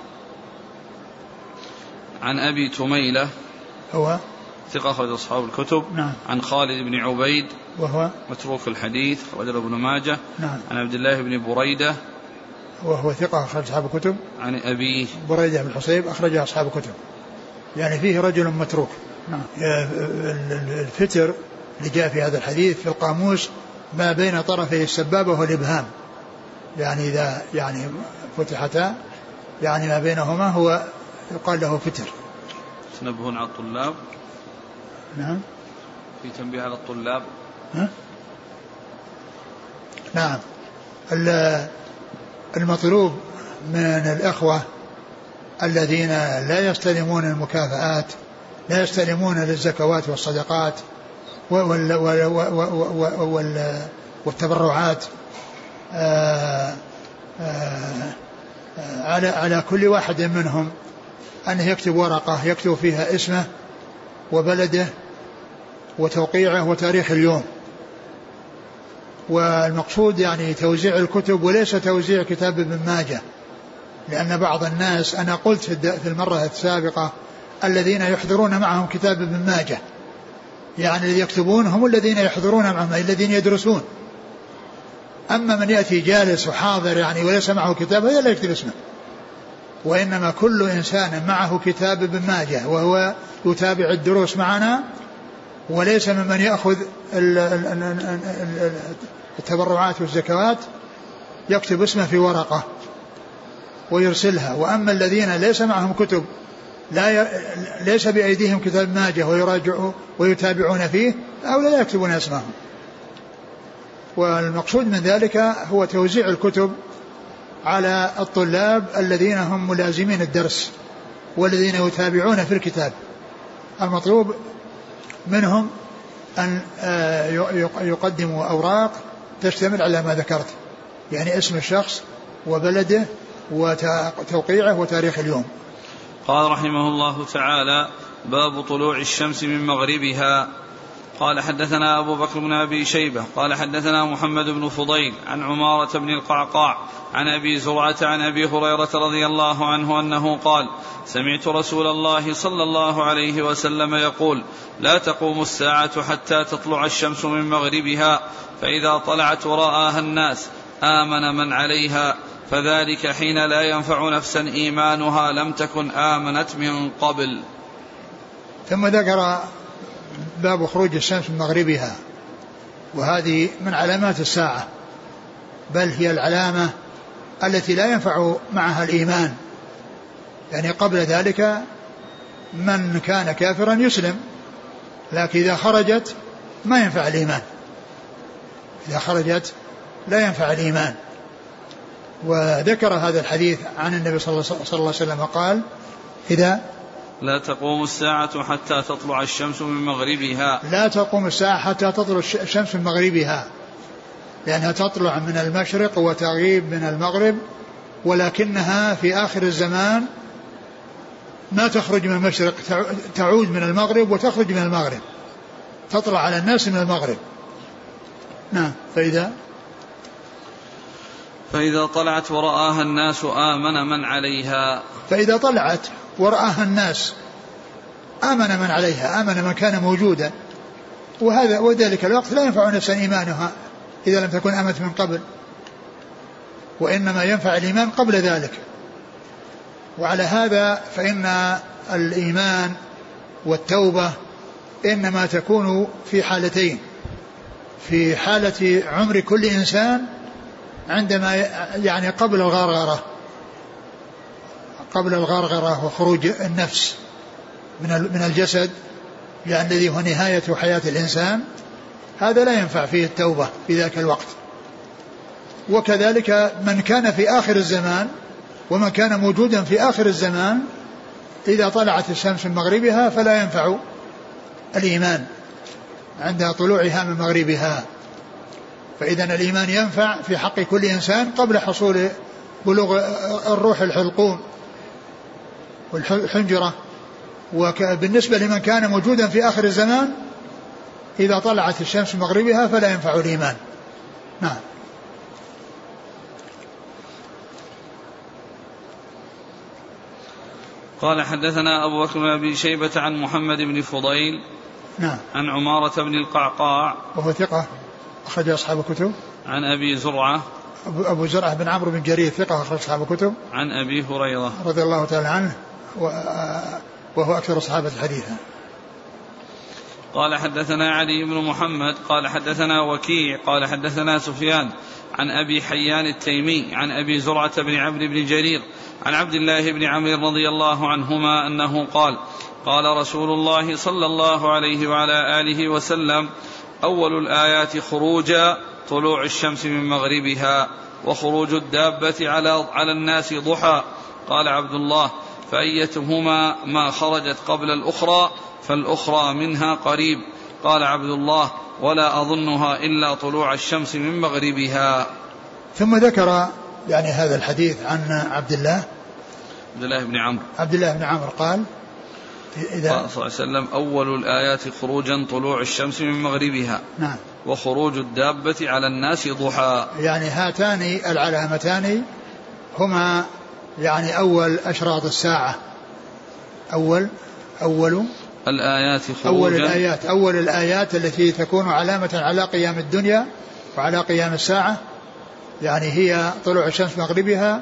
عن أبي تميلة هو ثقة أخرج أصحاب الكتب. نعم. عن خالد بن عبيد وهو متروك الحديث رجل ابن ماجه. نعم. عن عبد الله بن بريدة وهو ثقة أخرج أصحاب الكتب. عن أبيه بريدة بن الحصيب أخرج أصحاب الكتب، يعني فيه رجل متروك. نعم. الفتر اللي جاء في هذا الحديث في القاموس ما بين طرفي السبابة والإبهام، يعني إذا يعني فتحتا يعني ما بينهما هو يقال له فتر. تنبهون على الطلاب. نعم. في تنبيه على الطلاب. ها؟ نعم. المطلوب من الأخوة الذين لا يستلمون المكافآت لا يستلمون للزكوات والصدقات والتبرعات آآ آآ على على كل واحد منهم أن يكتب ورقة يكتب فيها اسمه وبلده وتوقيعه وتاريخ اليوم. والمقصود يعني توزيع الكتب وليس توزيع كتاب ابن ماجه، لأن بعض الناس أنا قلت في المرة السابقة الذين يحضرون معهم كتاب ابن ماجه، يعني الذين يكتبون هم الذين يحضرون معهم الذين يدرسون. أما من يأتي جالس وحاضر يعني وليس معه كتاب هذا لا يكتب اسمه، وإنما كل إنسان معه كتاب ابن ماجه وهو يتابع الدروس معنا وليس ممن يأخذ التبرعات والزكوات يكتب اسمه في ورقة ويرسلها. وأما الذين ليس معهم كتب لا ي... ليس بأيديهم كتاب ماجه ويراجعوا ويتابعون فيه أو لا يكتبون اسمهم. والمقصود من ذلك هو توزيع الكتب على الطلاب الذين هم ملازمين الدرس والذين يتابعون في الكتاب. المطلوب منهم أن يقدموا أوراق تشتمل على ما ذكرت، يعني اسم الشخص وبلده وتوقيعه وتاريخ اليوم. قال رحمه الله تعالى: باب طلوع الشمس من مغربها. قال حدثنا أبو بكر بن أبي شيبة قال حدثنا محمد بن فضيل عن عمارة بن القعقاع عن أبي زرعة عن أبي هريرة رضي الله عنه أنه قال: سمعت رسول الله صلى الله عليه وسلم يقول: لا تقوم الساعة حتى تطلع الشمس من مغربها، فإذا طلعت ورآها الناس آمن من عليها، فذلك حين لا ينفع نفسا إيمانها لم تكن آمنت من قبل. ثم ذكر باب خروج الشمس من مغربها، وهذه من علامات الساعة، بل هي العلامة التي لا ينفع معها الإيمان. يعني قبل ذلك من كان كافرا يسلم، لكن إذا خرجت ما ينفع الإيمان، إذا خرجت لا ينفع الإيمان. وذكر هذا الحديث عن النبي صلى الله عليه وسلم قال: إذا لا تقوم الساعة حتى تطلع الشمس من مغربها. لا تقوم الساعة حتى تطلع الشمس من مغربها، لأنها تطلع من المشرق وتغيب من المغرب، ولكنها في آخر الزمان ما تخرج من المشرق، تعود من المغرب وتخرج من المغرب، تطلع على الناس من المغرب. نعم. فإذا فإذا طلعت ورآها الناس آمن من عليها. فإذا طلعت ورآها الناس آمن من عليها، آمن من كان موجودا. وهذا وذلك الوقت لا ينفع نفسا إيمانها إذا لم تكن آمنت من قبل، وإنما ينفع الإيمان قبل ذلك. وعلى هذا فإن الإيمان والتوبة إنما تكون في حالتين: في حالة عمر كل إنسان عندما يعني قبل الغرغرة قبل الغرغرة وخروج النفس من الجسد، يعني الذي هو نهاية حياة الإنسان، هذا لا ينفع فيه التوبة في ذاك الوقت. وكذلك من كان في آخر الزمان ومن كان موجودا في آخر الزمان إذا طلعت الشمس من مغربها فلا ينفع الإيمان عند طلوعها من مغربها. فإذا الإيمان ينفع في حق كل إنسان قبل حصول بلوغ الروح الحلقوم والحنجرة. وبالنسبة لمن كان موجودا في آخر الزمان إذا طلعت الشمس من مغربها فلا ينفع الإيمان. نعم. قال حدثنا أبو بكر بن أبي شيبة عن محمد بن فضيل نعم. عن عمارة بن القعقاع وهو ثقة أخرج أصحاب الكتب. عن أبي زرعة أبو زرعة بن عمرو بن جرير ثقة أخرج أصحاب الكتب. عن أبي هريرة رضي الله تعالى عنه وهو أكثر صحابة الحديث. قال حدثنا علي بن محمد قال حدثنا وكيع قال حدثنا سفيان عن أبي حيان التيمي عن أبي زرعة بن عمرو بن جرير عن عبد الله بن عمرو رضي الله عنهما أنه قال: قال رسول الله صلى الله عليه وعلى آله وسلم: أول الآيات خروجا طلوع الشمس من مغربها، وخروج الدابة على على الناس ضحى. قال عبد الله: فأيتهما ما خرجت قبل الأخرى فالأخرى منها قريب. قال عبد الله: ولا أظنها إلا طلوع الشمس من مغربها. ثم ذكر يعني هذا الحديث عن عبد الله عبد الله بن عمرو عبد الله بن عمرو قال إذا قال صلى الله عليه وسلم أول الآيات خروجا طلوع الشمس من مغربها. نعم. وخروج الدابة على الناس ضحى. يعني هاتان العلامتان هما يعني أول أشراط الساعة. أول أول الآيات خروجا أول الآيات أول الآيات التي تكون علامة على قيام الدنيا وعلى قيام الساعة، يعني هي طلوع الشمس مغربها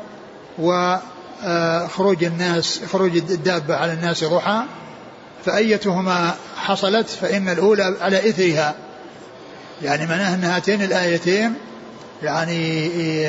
وخروج الناس خروج الدابة على الناس ضحى، فأيتهما حصلت فإن الأولى على إثرها. يعني معناه أن هاتين الآيتين يعني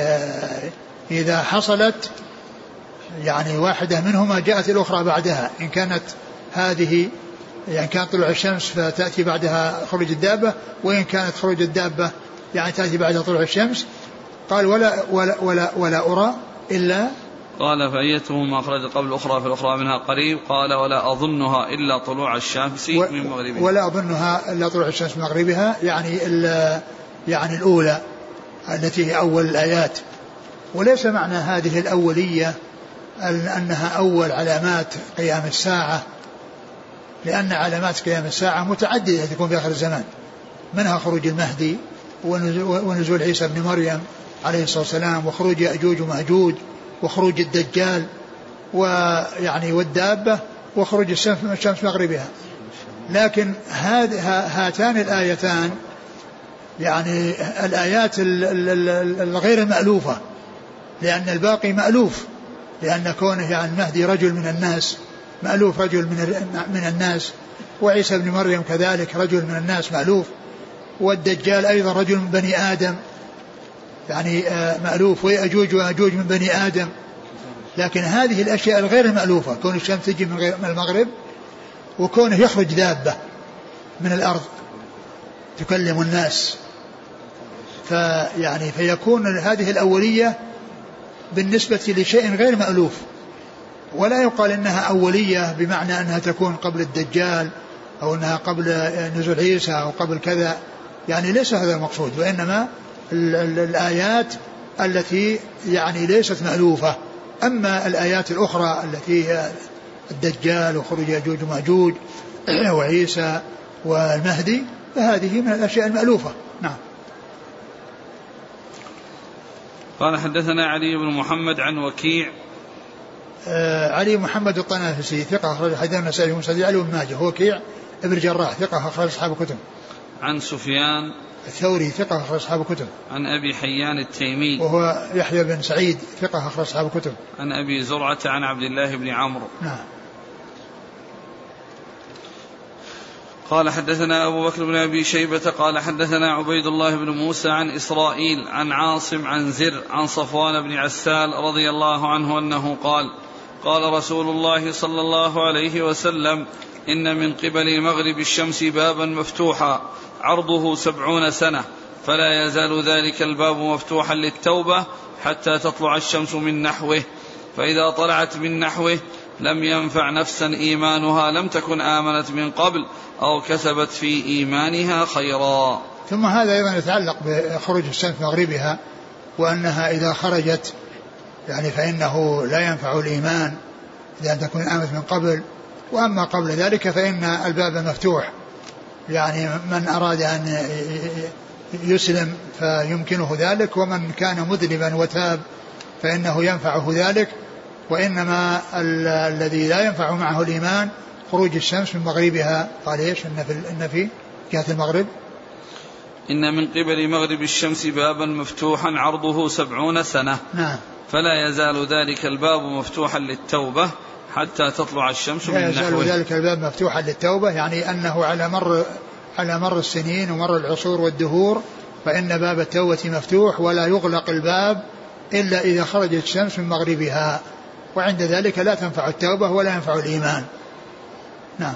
إذا حصلت يعني واحدة منهما جاءت الأخرى بعدها، إن كانت هذه يعني كان طلوع الشمس فتأتي بعدها خروج الدابة، وإن كانت خروج الدابة يعني تأتي بعدها طلوع الشمس. قال ولا ولا ولا, ولا أرى إلا قال فأيتهما أخرج قبل الأخرى في الأخرى منها قريب. قال ولا أظنها إلا طلوع الشمس من مغربها. ولا أظنها إلا طلوع الشمس من مغربها، يعني يعني الأولى التي هي أول الآيات. وليس معنى هذه الأولية أنها أول علامات قيام الساعة، لأن علامات قيام الساعة متعددة تكون في آخر الزمان، منها خروج المهدي ونزول عيسى بن مريم عليه الصلاة والسلام، وخروج يأجوج ومأجوج، وخروج الدجال، ويعني والدابة، وخروج الشمس مغربها. لكن هاتان الآيتان يعني الآيات الغير المألوفة، لأن الباقي مألوف، لأن كونه يعني المهدي رجل من الناس مألوف، رجل من من الناس، وعيسى بن مريم كذلك رجل من الناس مألوف، والدجال أيضا رجل من بني آدم يعني مألوف، ويأجوج وأجوج من بني آدم. لكن هذه الأشياء الغير المألوفة، كون الشمس تجي من المغرب، وكونه يخرج دابة من الأرض تكلم الناس، فيعني فيكون هذه الأولية بالنسبة لشيء غير مألوف. ولا يقال إنها أولية بمعنى أنها تكون قبل الدجال أو أنها قبل نزول عيسى أو قبل كذا، يعني ليس هذا المقصود، وإنما الآيات التي يعني ليست مألوفة. أما الآيات الأخرى التي هي الدجال وخروج يأجوج ومأجوج وعيسى والمهدي فهذه من الأشياء المألوفة. نعم. قال حدثنا علي بن محمد عن وكيع. آه علي محمد الطنافسي ثقة أخرج حديث النسائي ومسند علي بن ماجه. وكيع ابن الجراح ثقة أخرج أصحاب الكتب. عن سفيان الثوري ثقة أخرج أصحاب الكتب. عن أبي حيان التيمي وهو يحيى بن سعيد ثقة أخرج أصحاب الكتب. عن أبي زرعة عن عبد الله بن عمرو. نعم. قال حدثنا أبو بكر بن أبي شيبة قال حدثنا عبيد الله بن موسى عن إسرائيل عن عاصم عن زر عن صفوان بن عسال رضي الله عنه أنه قال قال رسول الله صلى الله عليه وسلم إن من قبل مغرب الشمس بابا مفتوحا عرضه سبعون سنة فلا يزال ذلك الباب مفتوحا للتوبة حتى تطلع الشمس من نحوه، فإذا طلعت من نحوه لم ينفع نفسا إيمانها لم تكن آمنت من قبل أو كسبت في إيمانها خيرا. ثم هذا أيضا يتعلق بخروج الشمس مغربها، وأنها إذا خرجت يعني فإنه لا ينفع الإيمان إذا تكون آمنت من قبل، وأما قبل ذلك فإن الباب مفتوح، يعني من أراد أن يسلم فيمكنه ذلك، ومن كان مذنبا وتاب فإنه ينفعه ذلك. وإنما الذي لا ينفع معه الإيمان خروج الشمس من مغربها. قال إيش إن في, إن في جهة المغرب إن من قبل مغرب الشمس بابا مفتوحا عرضه سبعون سنة. نعم. فلا يزال ذلك الباب مفتوحا للتوبة حتى تطلع الشمس من نحوه. لا يزال ذلك الباب مفتوحا للتوبة، يعني أنه على مر على مر السنين ومر العصور والدهور فإن باب التوبة مفتوح، ولا يغلق الباب إلا إذا خرجت الشمس من مغربها، وعند ذلك لا تنفع التوبة ولا ينفع الإيمان. نعم.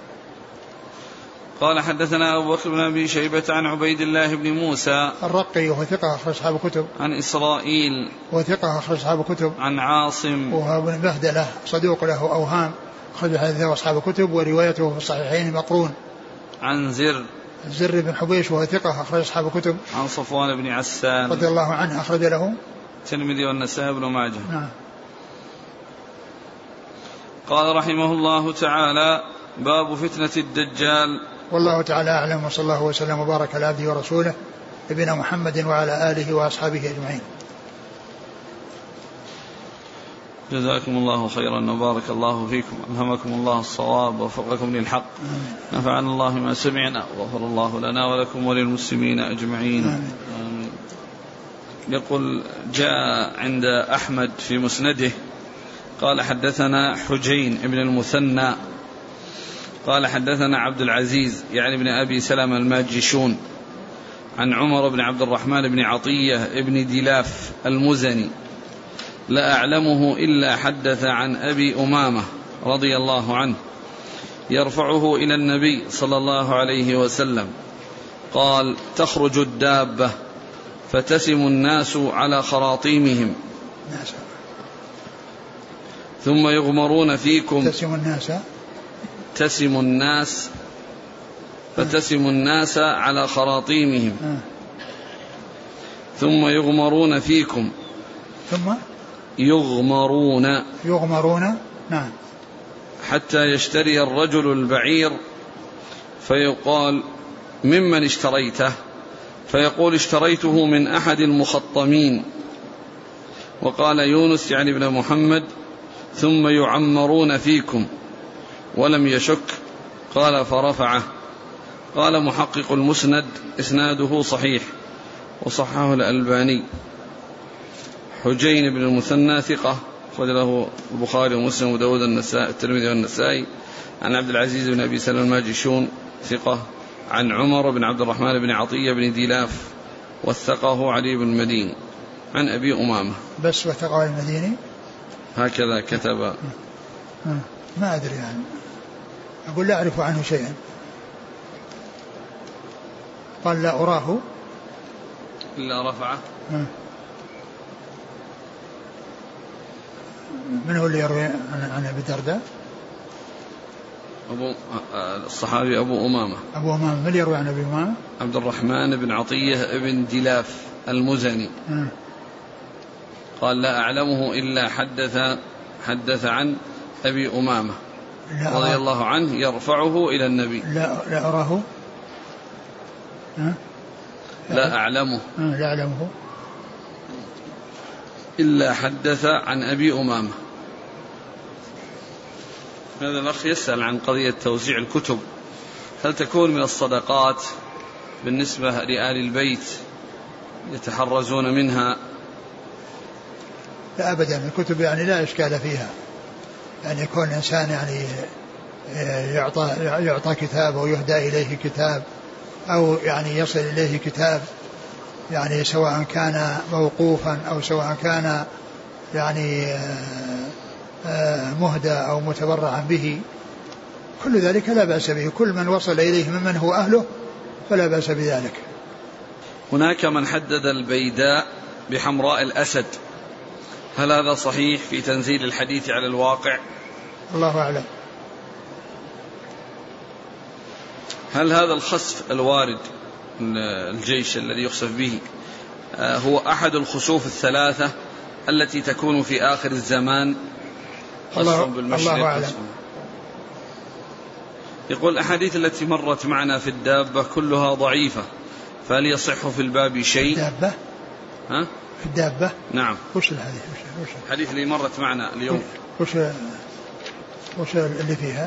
قال حدثنا أبو بكر بن أبي شيبة عن عبيد الله بن موسى الرقي وهو ثقة أخرج أصحاب الكتب. عن إسرائيل وثقة أخرج أصحاب الكتب. عن عاصم وهو بن بهدلة صدوق له أوهام أخرج حديثه أصحاب الكتب، وروايته في الصحيحين مقرون. عن زر الزر بن حبيش وهو ثقة أخرج أصحاب الكتب. عن صفوان بن عسال رضي الله عنه أخرج له الترمذي والنسائي بن ماجه. نعم. قال رحمه الله تعالى: باب فتنة الدجال. والله تعالى أعلم، وصلى الله وسلم وبارك على عبده ورسوله نبينا محمد وعلى آله وأصحابه أجمعين. جزاكم الله خيرا وبارك الله فيكم، ألهمكم الله الصواب ووفقكم للحق، نفعنا الله ما سمعنا وغفر الله لنا ولكم وللمسلمين أجمعين. آمين. آمين. يقول: جاء عند أحمد في مسنده قال: حدثنا حجين ابن المثنى قال: حدثنا عبد العزيز يعني ابن أبي سلمة الماجشون عن عمر بن عبد الرحمن بن عطية ابن دلاف المزني لا أعلمه إلا حدث عن أبي أمامة رضي الله عنه يرفعه إلى النبي صلى الله عليه وسلم قال: تخرج الدابة فتسم الناس على خراطيمهم ثم يغمرون فيكم. تسم الناس تسم الناس فتسم الناس على خراطيمهم ثم يغمرون فيكم. ثم يغمرون يغمرون نعم. حتى يشتري الرجل البعير فيقال: ممن اشتريته؟ فيقول: اشتريته من أحد المخطمين. وقال يونس يعني ابن محمد: ثم يعمرون فيكم، ولم يشك. قال: فرفعه. قال محقق المسند: إسناده صحيح وصححه الألباني. حجين بن المثنى ثقة أخرج له البخاري ومسلم وداود الترمذي والنسائي. عن عبد العزيز بن أبي سلمة الماجشون ثقة. عن عمر بن عبد الرحمن بن عطية بن دلاف وثقه علي بن المديني. عن أبي أمامة بس وثقه المديني هكذا كتب. ما أدري يعني، أقول لا أعرف عنه شيئا. قال: لا أراه إلا رفعه. من هو اللي يروي عن أبي الدرداء؟ أبو الصحابي أبو أمامة. أبو أمامة. من اللي يروي عن أبي أمامة؟ عبد الرحمن بن عطية بن دلاف المزني. م. قال: لا أعلمه إلا حدث حدث عن أبي أمامة رضي الله عنه يرفعه إلى النبي. لا لا أراه. لا, لا أعلمه لا أعلمه إلا حدث عن أبي أمامة. هذا الأخ يسأل عن قضية توزيع الكتب، هل تكون من الصدقات بالنسبة لآل البيت يتحرزون منها؟ لا أبدا، الكتب يعني لا إشكال فيها، يعني يكون الإنسان يعني يعطى, يعطى كتاب أو يهدى إليه كتاب أو يعني يصل إليه كتاب، يعني سواء كان موقوفا أو سواء كان يعني مهدى أو متبرعا به، كل ذلك لا بأس به. كل من وصل إليه ممن هو أهله فلا بأس بذلك. هناك من حدد البيداء بحمراء الأسد، هل هذا صحيح في تنزيل الحديث على الواقع؟ الله أعلم. هل هذا الخسف الوارد الجيش الذي يخسف به هو أحد الخسوف الثلاثة التي تكون في آخر الزمان؟ الله, الله أعلم. يقول: الأحاديث التي مرت معنا في الدابة كلها ضعيفة، فهل يصح في الباب شيء؟ الدابة؟ ها؟ في الدابة؟ نعم. وش الحديث؟ وش الحديث اللي مرت معنا اليوم؟ وش وش اللي فيها؟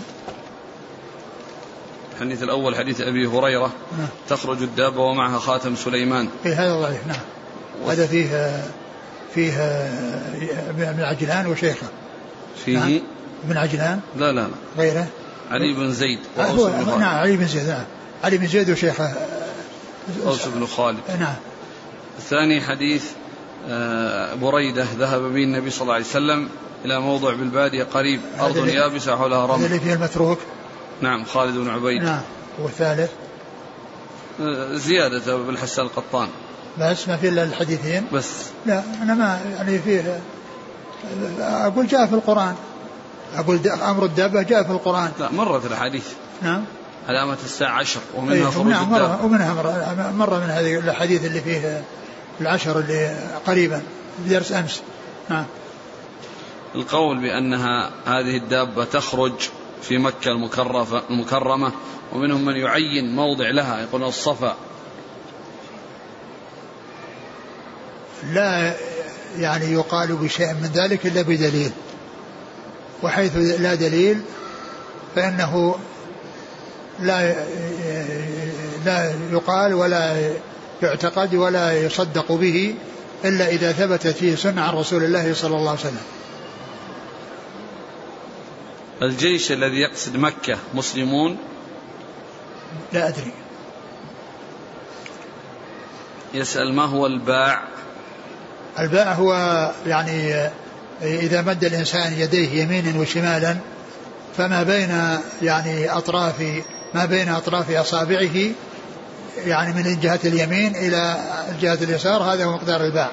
الحديث الأول حديث أبي هريرة. نعم. تخرج الدابة ومعها خاتم سليمان. إيه هذا ضعيف. نعم. هذا فيه فيه ابن عجلان وشيخه. فيه نعم. ابن عجلان؟ لا لا لا غيره. علي بن زيد. هو نعم علي بن زيد. نعم علي بن زيد وشيخه أوس بن خالد. نعم. الثاني حديث بريدة ذهب به النبي صلى الله عليه وسلم إلى موضع بالبادية قريب أرض يابسة حولها رمل. الذي فيه المتروك. نعم خالد بن عبيد. نعم. والثالث زيادة بالحسن القطان. بس ما في إلا الحديثين بس. لا أنا ما يعني فيه، أقول جاء في القرآن، أقول أمر الدابة جاء في القرآن. لا مرت الحديث. نعم علامة الساعة عشر ومنها خروج نعم الدابة. ومنها مرة, مرة من هذه الحديث اللي فيه العشر اللي قريبا بدرس أمس. نعم. القول بأنها هذه الدابة تخرج في مكة المكرمة ومنهم من يعين موضع لها يقول الصفا، لا يعني يقال بشيء من ذلك إلا بدليل، وحيث لا دليل فإنه لا لا يقال ولا يعتقد ولا يصدق به إلا إذا ثبتت فيه سنة عن رسول الله صلى الله عليه وسلم. الجيش الذي يقصد مكة مسلمون؟ لا أدري. يسأل ما هو الباع؟ الباع هو يعني إذا مد الإنسان يديه يمينا وشمالا فما بين يعني أطراف ما بين أطراف أصابعه يعني من جهة اليمين إلى جهة اليسار، هذا هو مقدار الباع.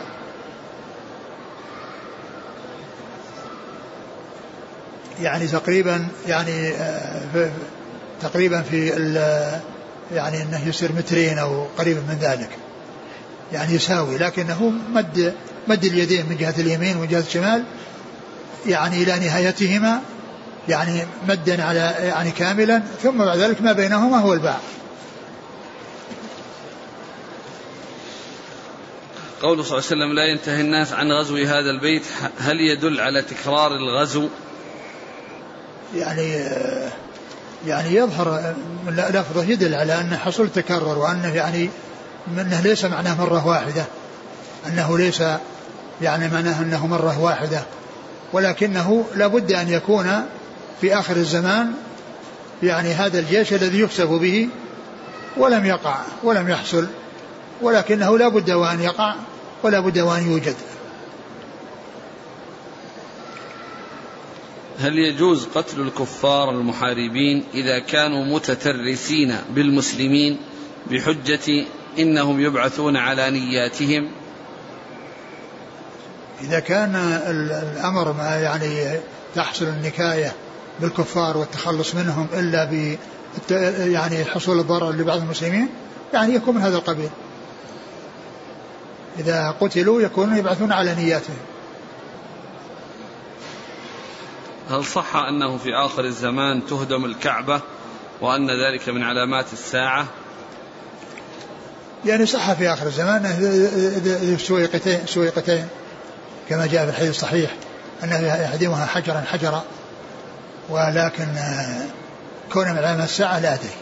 يعني تقريبا يعني في تقريبا في يعني أنه يصير مترين أو قريبا من ذلك، يعني يساوي، لكنه مد مد اليدين من جهة اليمين ومن جهة الشمال يعني إلى نهايتهما، يعني مدا على يعني كاملا، ثم بعد ذلك ما بينهما هو الباع. قوله صلى الله عليه وسلم لا ينتهي الناس عن غزو هذا البيت، هل يدل على تكرار الغزو؟ يعني يعني يظهر من لفظه يدل على أنه حصل تكرر، وأنه يعني أنه ليس معناه مرة واحدة، أنه ليس يعني معناه أنه مرة واحدة، ولكنه لابد أن يكون في آخر الزمان يعني هذا الجيش الذي يكسب به ولم يقع ولم يحصل، ولكنه لابد وأن يقع ولابد وأن يوجد. هل يجوز قتل الكفار المحاربين إذا كانوا متترسين بالمسلمين بحجة إنهم يبعثون على نياتهم؟ إذا كان الأمر ما يعني تحصل النكاية بالكفار والتخلص منهم إلا ب يعني حصول الضرر لبعض المسلمين، يعني يكون من هذا القبيل. إذا قتلوا يكونون يبعثون على نياتهم. هل صح أنه في آخر الزمان تهدم الكعبة وأن ذلك من علامات الساعة؟ يعني صح في آخر الزمان سويقتين سويقتين كما جاء في الحديث الصحيح أنه يهدمها حجرا حجرا، ولكن كون من علامات الساعة لا أدري.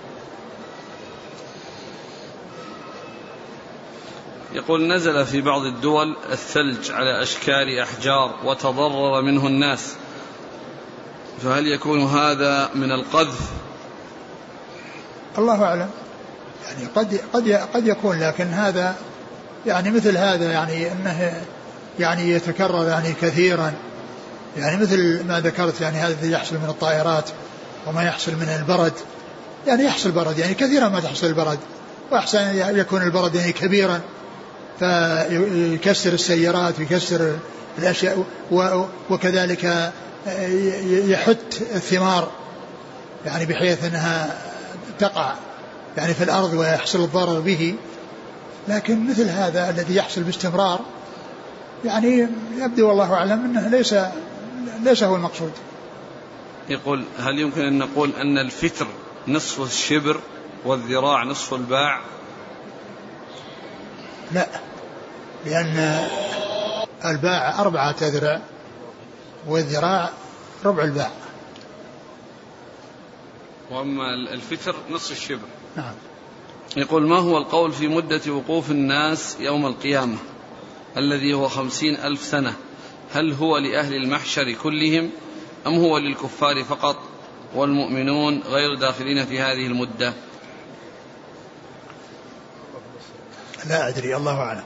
يقول نزل في بعض الدول الثلج على أشكال أحجار وتضرر منه الناس، فهل يكون هذا من القذف؟ الله أعلم، يعني قد قد قد يكون، لكن هذا يعني مثل هذا يعني أنه يعني يتكرر يعني كثيرا، يعني مثل ما ذكرت يعني هذا الذي يحصل من الطائرات وما يحصل من البرد، يعني يحصل برد يعني كثيرا ما تحصل البرد، وأحسن يكون البرد يعني كبيرا فيكسر السيارات ويكسر الأشياء، وكذلك يحت الثمار يعني بحيث أنها تقع يعني في الأرض ويحصل الضرر به. لكن مثل هذا الذي يحصل باستمرار يعني يبدو والله أعلم أنه ليس ليس هو المقصود. يقول هل يمكن أن نقول أن الفتر نصف الشبر والذراع نصف الباع؟ لا، لأن الباع أربعة أذرع والذراع ربع الباع. وأما الفتر نصف الشبر. نعم. يقول ما هو القول في مدة وقوف الناس يوم القيامة الذي هو خمسين ألف سنة؟ هل هو لأهل المحشر كلهم أم هو للكفار فقط والمؤمنون غير داخلين في هذه المدة؟ لا أدري، الله أعلم.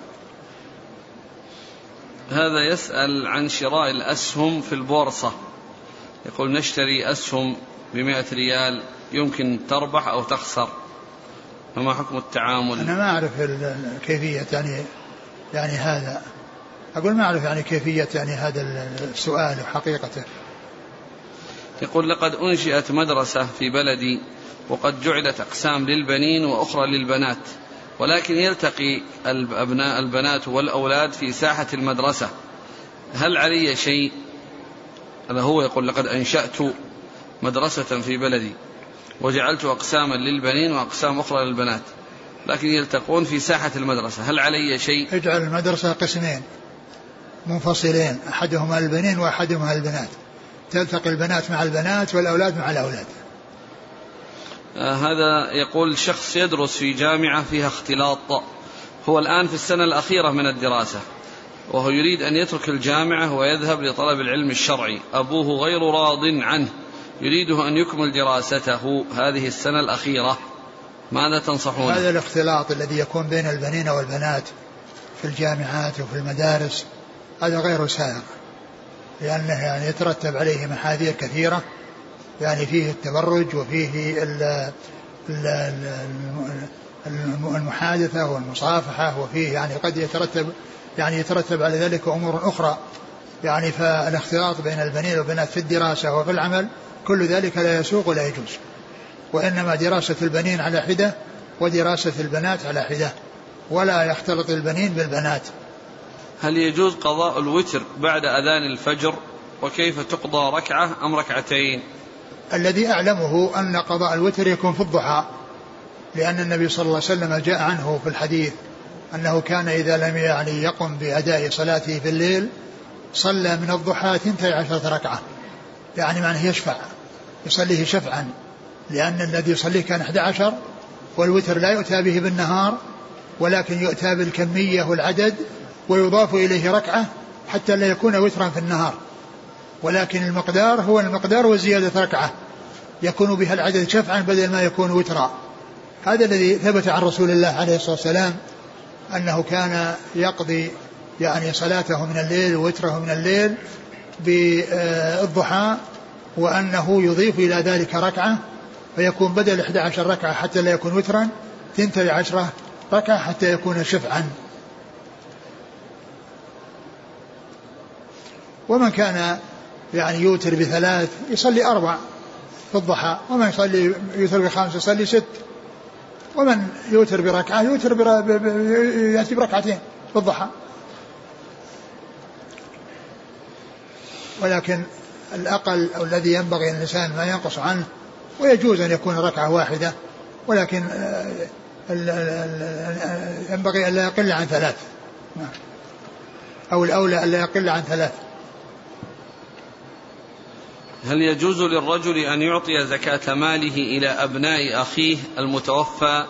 هذا يسأل عن شراء الأسهم في البورصة، يقول نشتري أسهم بمئة ريال يمكن تربح أو تخسر، فما حكم التعامل؟ أنا ما أعرف كيفية يعني يعني هذا، أقول ما أعرف يعني كيفية يعني هذا السؤال وحقيقته. يقول لقد أنشئت مدرسة في بلدي وقد جعلت أقسام للبنين وأخرى للبنات، ولكن يلتقي الأبناء البنات والأولاد في ساحة المدرسة، هل علي شيء؟ هذا هو يقول لقد أنشأت مدرسة في بلدي وجعلت أقساما للبنين وأقسام أخرى للبنات، لكن يلتقون في ساحة المدرسة، هل علي شيء؟ اجعل المدرسة قسمين منفصلين، أحدهما البنين وأحدهما البنات، تلتقي البنات مع البنات والأولاد مع الأولاد. آه هذا يقول شخص يدرس في جامعة فيها اختلاط، هو الآن في السنة الأخيرة من الدراسة، وهو يريد أن يترك الجامعة ويذهب لطلب العلم الشرعي، أبوه غير راض عنه، يريده أن يكمل دراسته هذه السنة الأخيرة، ماذا تنصحون؟ هذا الاختلاط الذي يكون بين البنين والبنات في الجامعات وفي المدارس هذا غير سائغ، لأنه يعني يترتب عليه محاذير كثيرة، يعني فيه التبرج وفيه المحادثة والمصافحة، وفيه يعني قد يترتب يعني يترتب على ذلك أمور أخرى، يعني فالاختلاط بين البنين والبنات في الدراسة وفي العمل كل ذلك لا يسوق ولا يجوز، وإنما دراسة البنين على حدة ودراسة البنات على حدة، ولا يختلط البنين بالبنات. هل يجوز قضاء الوتر بعد أذان الفجر؟ وكيف تقضى، ركعة أم ركعتين؟ الذي أعلمه أن قضاء الوتر يكون في الضحى، لأن النبي صلى الله عليه وسلم جاء عنه في الحديث أنه كان إذا لم يعني يقم بأداء صلاته في الليل صلى من الضحى ثنتي عشرة ركعة، يعني معنى يشفع يصليه شفعا، لأن الذي يصليه كان أحد عشر، والوتر لا يؤتى به بالنهار ولكن يؤتى بالكمية والعدد ويضاف إليه ركعة حتى لا يكون وترا في النهار، ولكن المقدار هو المقدار وزيادة ركعة يكون بها العدد شفعا بدل ما يكون وترا. هذا الذي ثبت عن رسول الله عليه الصلاة والسلام أنه كان يقضي يعني صلاته من الليل ووتره من الليل بالضحى، وأنه يضيف إلى ذلك ركعة فيكون بدل إحدى عشر ركعة حتى لا يكون وترا ثنتي عشرة ركعة حتى يكون شفعا. ومن كان يعني يوتر بثلاث يصلي أربع في الضحى، ومن يصلي يوتر بخمس يصلي ست، ومن يوتر بركعة يوتر يأتي بركعتين في الضحى. ولكن الأقل أو الذي ينبغي الإنسان ما ينقص عنه، ويجوز أن يكون ركعة واحدة، ولكن ينبغي أن لا يقل عن ثلاث، أو الأولى أن لا يقل عن ثلاث. هل يجوز للرجل أن يعطي زكاة ماله إلى أبناء أخيه المتوفى؟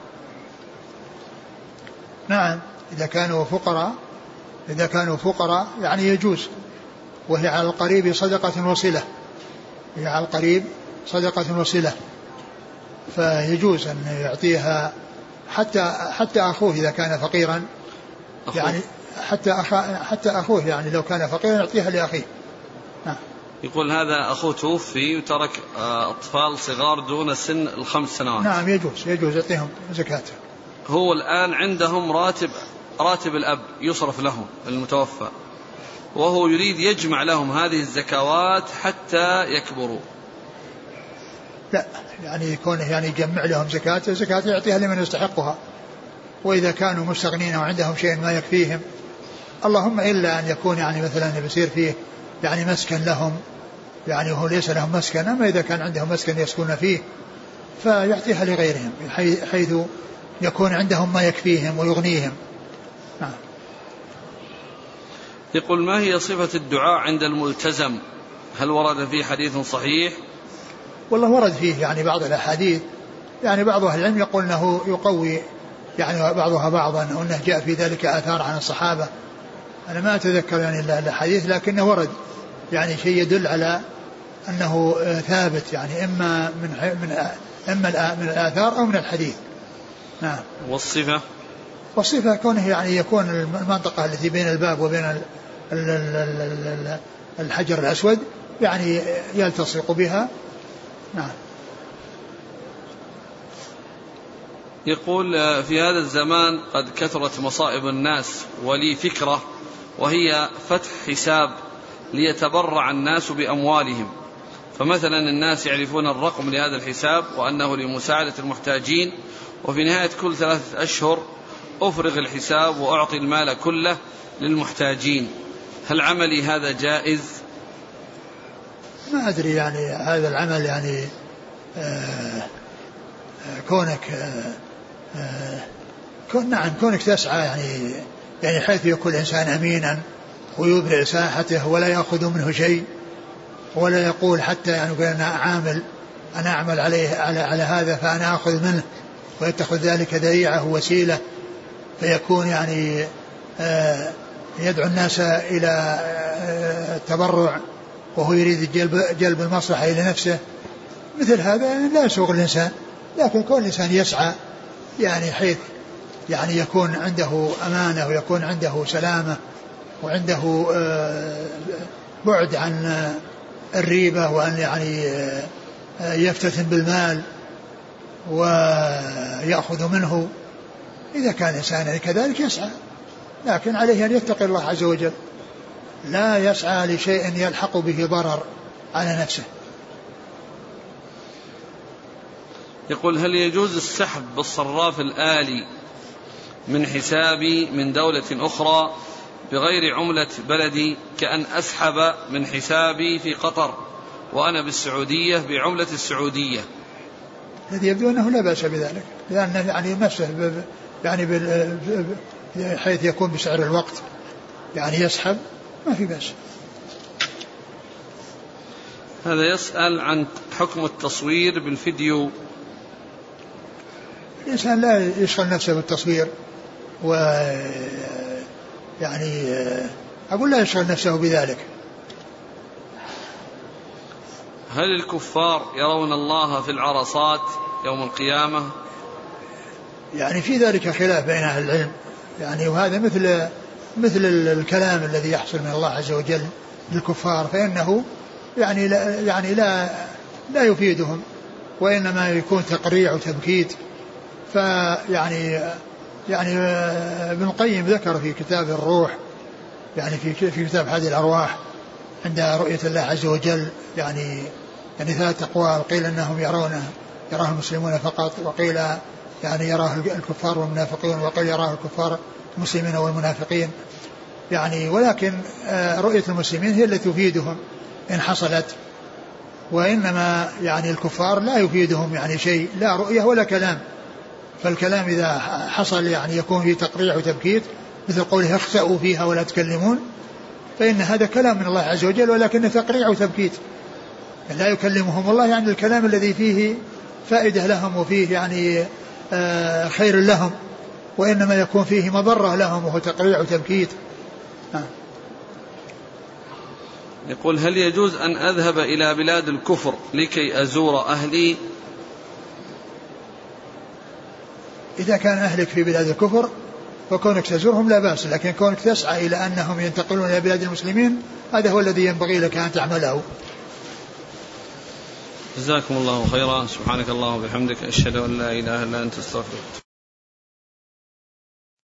نعم، إذا كانوا فقراء إذا كانوا فقراء يعني يجوز، وهي على القريب صدقة وصلة، هي على القريب صدقة وصلة، فيجوز أن يعطيها حتى حتى أخوه إذا كان فقيرا، أخوه. يعني حتى أخ حتى أخوه يعني لو كان فقيرا يعطيها لأخيه. نعم. يقول هذا أخوه توفي وترك أطفال صغار دون سن الخمس سنوات. نعم يجوز يجوز يعطيهم زكاته. هو الآن عندهم راتب راتب الأب يصرف لهم المتوفى، وهو يريد يجمع لهم هذه الزكوات حتى يكبروا. لا يعني يكون يعني يجمع لهم زكاته زكاته يعطيها لمن يستحقها، وإذا كانوا مستغنين وعندهم شيء ما يكفيهم، اللهم إلا أن يكون يعني مثلا بيصير فيه يعني مسكن لهم، يعني هو ليس لهم مسكن، أما إذا كان عندهم مسكن يسكنون فيه فيعطيها لغيرهم حيث يكون عندهم ما يكفيهم ويغنيهم. نعم. يقول ما هي صفة الدعاء عند الملتزم؟ هل ورد فيه حديث صحيح؟ والله ورد فيه يعني بعض الأحاديث، يعني بعض أهل العلم يقول أنه يقوي يعني بعضها بعضا، وأنه جاء في ذلك آثار عن الصحابة، أنا ما أتذكر يعني الحديث لكنه ورد يعني شيء يدل على أنه ثابت، يعني إما من من إما من الآثار أو من الحديث. نعم. والصفة؟ والصفة كونه يعني يكون المنطقة التي بين الباب وبين الحجر الأسود يعني يلتصق بها. نعم. يقول في هذا الزمان قد كثرت مصائب الناس، ولي فكرة وهي فتح حساب ليتبرع الناس بأموالهم، فمثلا الناس يعرفون الرقم لهذا الحساب وأنه لمساعدة المحتاجين، وفي نهاية كل ثلاثة أشهر أفرغ الحساب وأعطي المال كله للمحتاجين، هل عملي هذا جائز؟ ما أدري يعني هذا العمل يعني آه كونك آه آه كون نعم كونك تسعى يعني يعني حيث يكون الإنسان أمينا ويبرع ساحته ولا يأخذ منه شيء، ولا يقول حتى يعني أنا عامل أنا أعمل عليه على, على هذا فأنا أخذ منه، ويتخذ ذلك ذريعة وسيلة فيكون يعني آه يدعو الناس إلى آه التبرع وهو يريد جلب, جلب المصلحة إلى نفسه. مثل هذا لا يسوغ الإنسان، لكن كل الإنسان يسعى يعني حيث يعني يكون عنده أمانة ويكون عنده سلامة وعنده بعد عن الريبة وأن يعني يفتتن بالمال ويأخذ منه. إذا كان إنسان كذلك يسعى، لكن عليه أن يتقي الله عز وجل، لا يسعى لشيء يلحق به ضرر على نفسه. يقول هل يجوز السحب بالصراف الآلي من حسابي من دولة أخرى بغير عملة بلدي، كأن أسحب من حسابي في قطر وأنا بالسعودية بعملة السعودية؟ الذي يبدو أنه لا بأس بذلك، لأنه يعني نفسه يعني حيث يكون بسعر الوقت يعني يسحب ما في بأس. هذا يسأل عن حكم التصوير بالفيديو. الإنسان لا يشغل نفسه بالتصوير، و يعني أقول لا يشغل نفسه بذلك. هل الكفار يرون الله في العرصات يوم القيامة؟ يعني في ذلك خلاف بين أهل العلم يعني، وهذا مثل مثل الكلام الذي يحصل من الله عز وجل للكفار، فإنه يعني لا يعني لا لا يفيدهم، وإنما يكون تقريع وتبكيت. فيعني يعني ابن القيم ذكر في كتاب الروح يعني في في كتاب هذه الأرواح عند رؤية الله عز وجل يعني يعني ثلاث أقوال، قيل أنهم يرونه يراه المسلمون فقط، وقيل يعني يراه الكفار والمنافقين، وقيل يراه الكفار المسلمين والمنافقين يعني. ولكن رؤية المسلمين هي التي تفيدهم إن حصلت، وإنما يعني الكفار لا يفيدهم يعني شيء، لا رؤية ولا كلام. فالكلام إذا حصل يعني يكون فيه تقريع وتبكيت، مثل قوله اخسأوا فيها ولا تكلمون، فإن هذا كلام من الله عز وجل ولكنه تقريع وتبكيت، لا يكلمهم الله يعني الكلام الذي فيه فائدة لهم وفيه يعني آه خير لهم، وإنما يكون فيه مضرة لهم وهو تقريع وتبكيت. آه. يقول هل يجوز أن أذهب إلى بلاد الكفر لكي أزور أهلي؟ إذا كان أهلك في بلاد الكفر فكونك تزورهم لا بأس، لكن كونك تسعى إلى أنهم ينتقلون إلى بلاد المسلمين هذا هو الذي ينبغي لك أن تعمله. جزاكم الله خيرا. سبحانك اللهم وبحمدك، أشهد أن لا إله إلا أنت، استغفرك.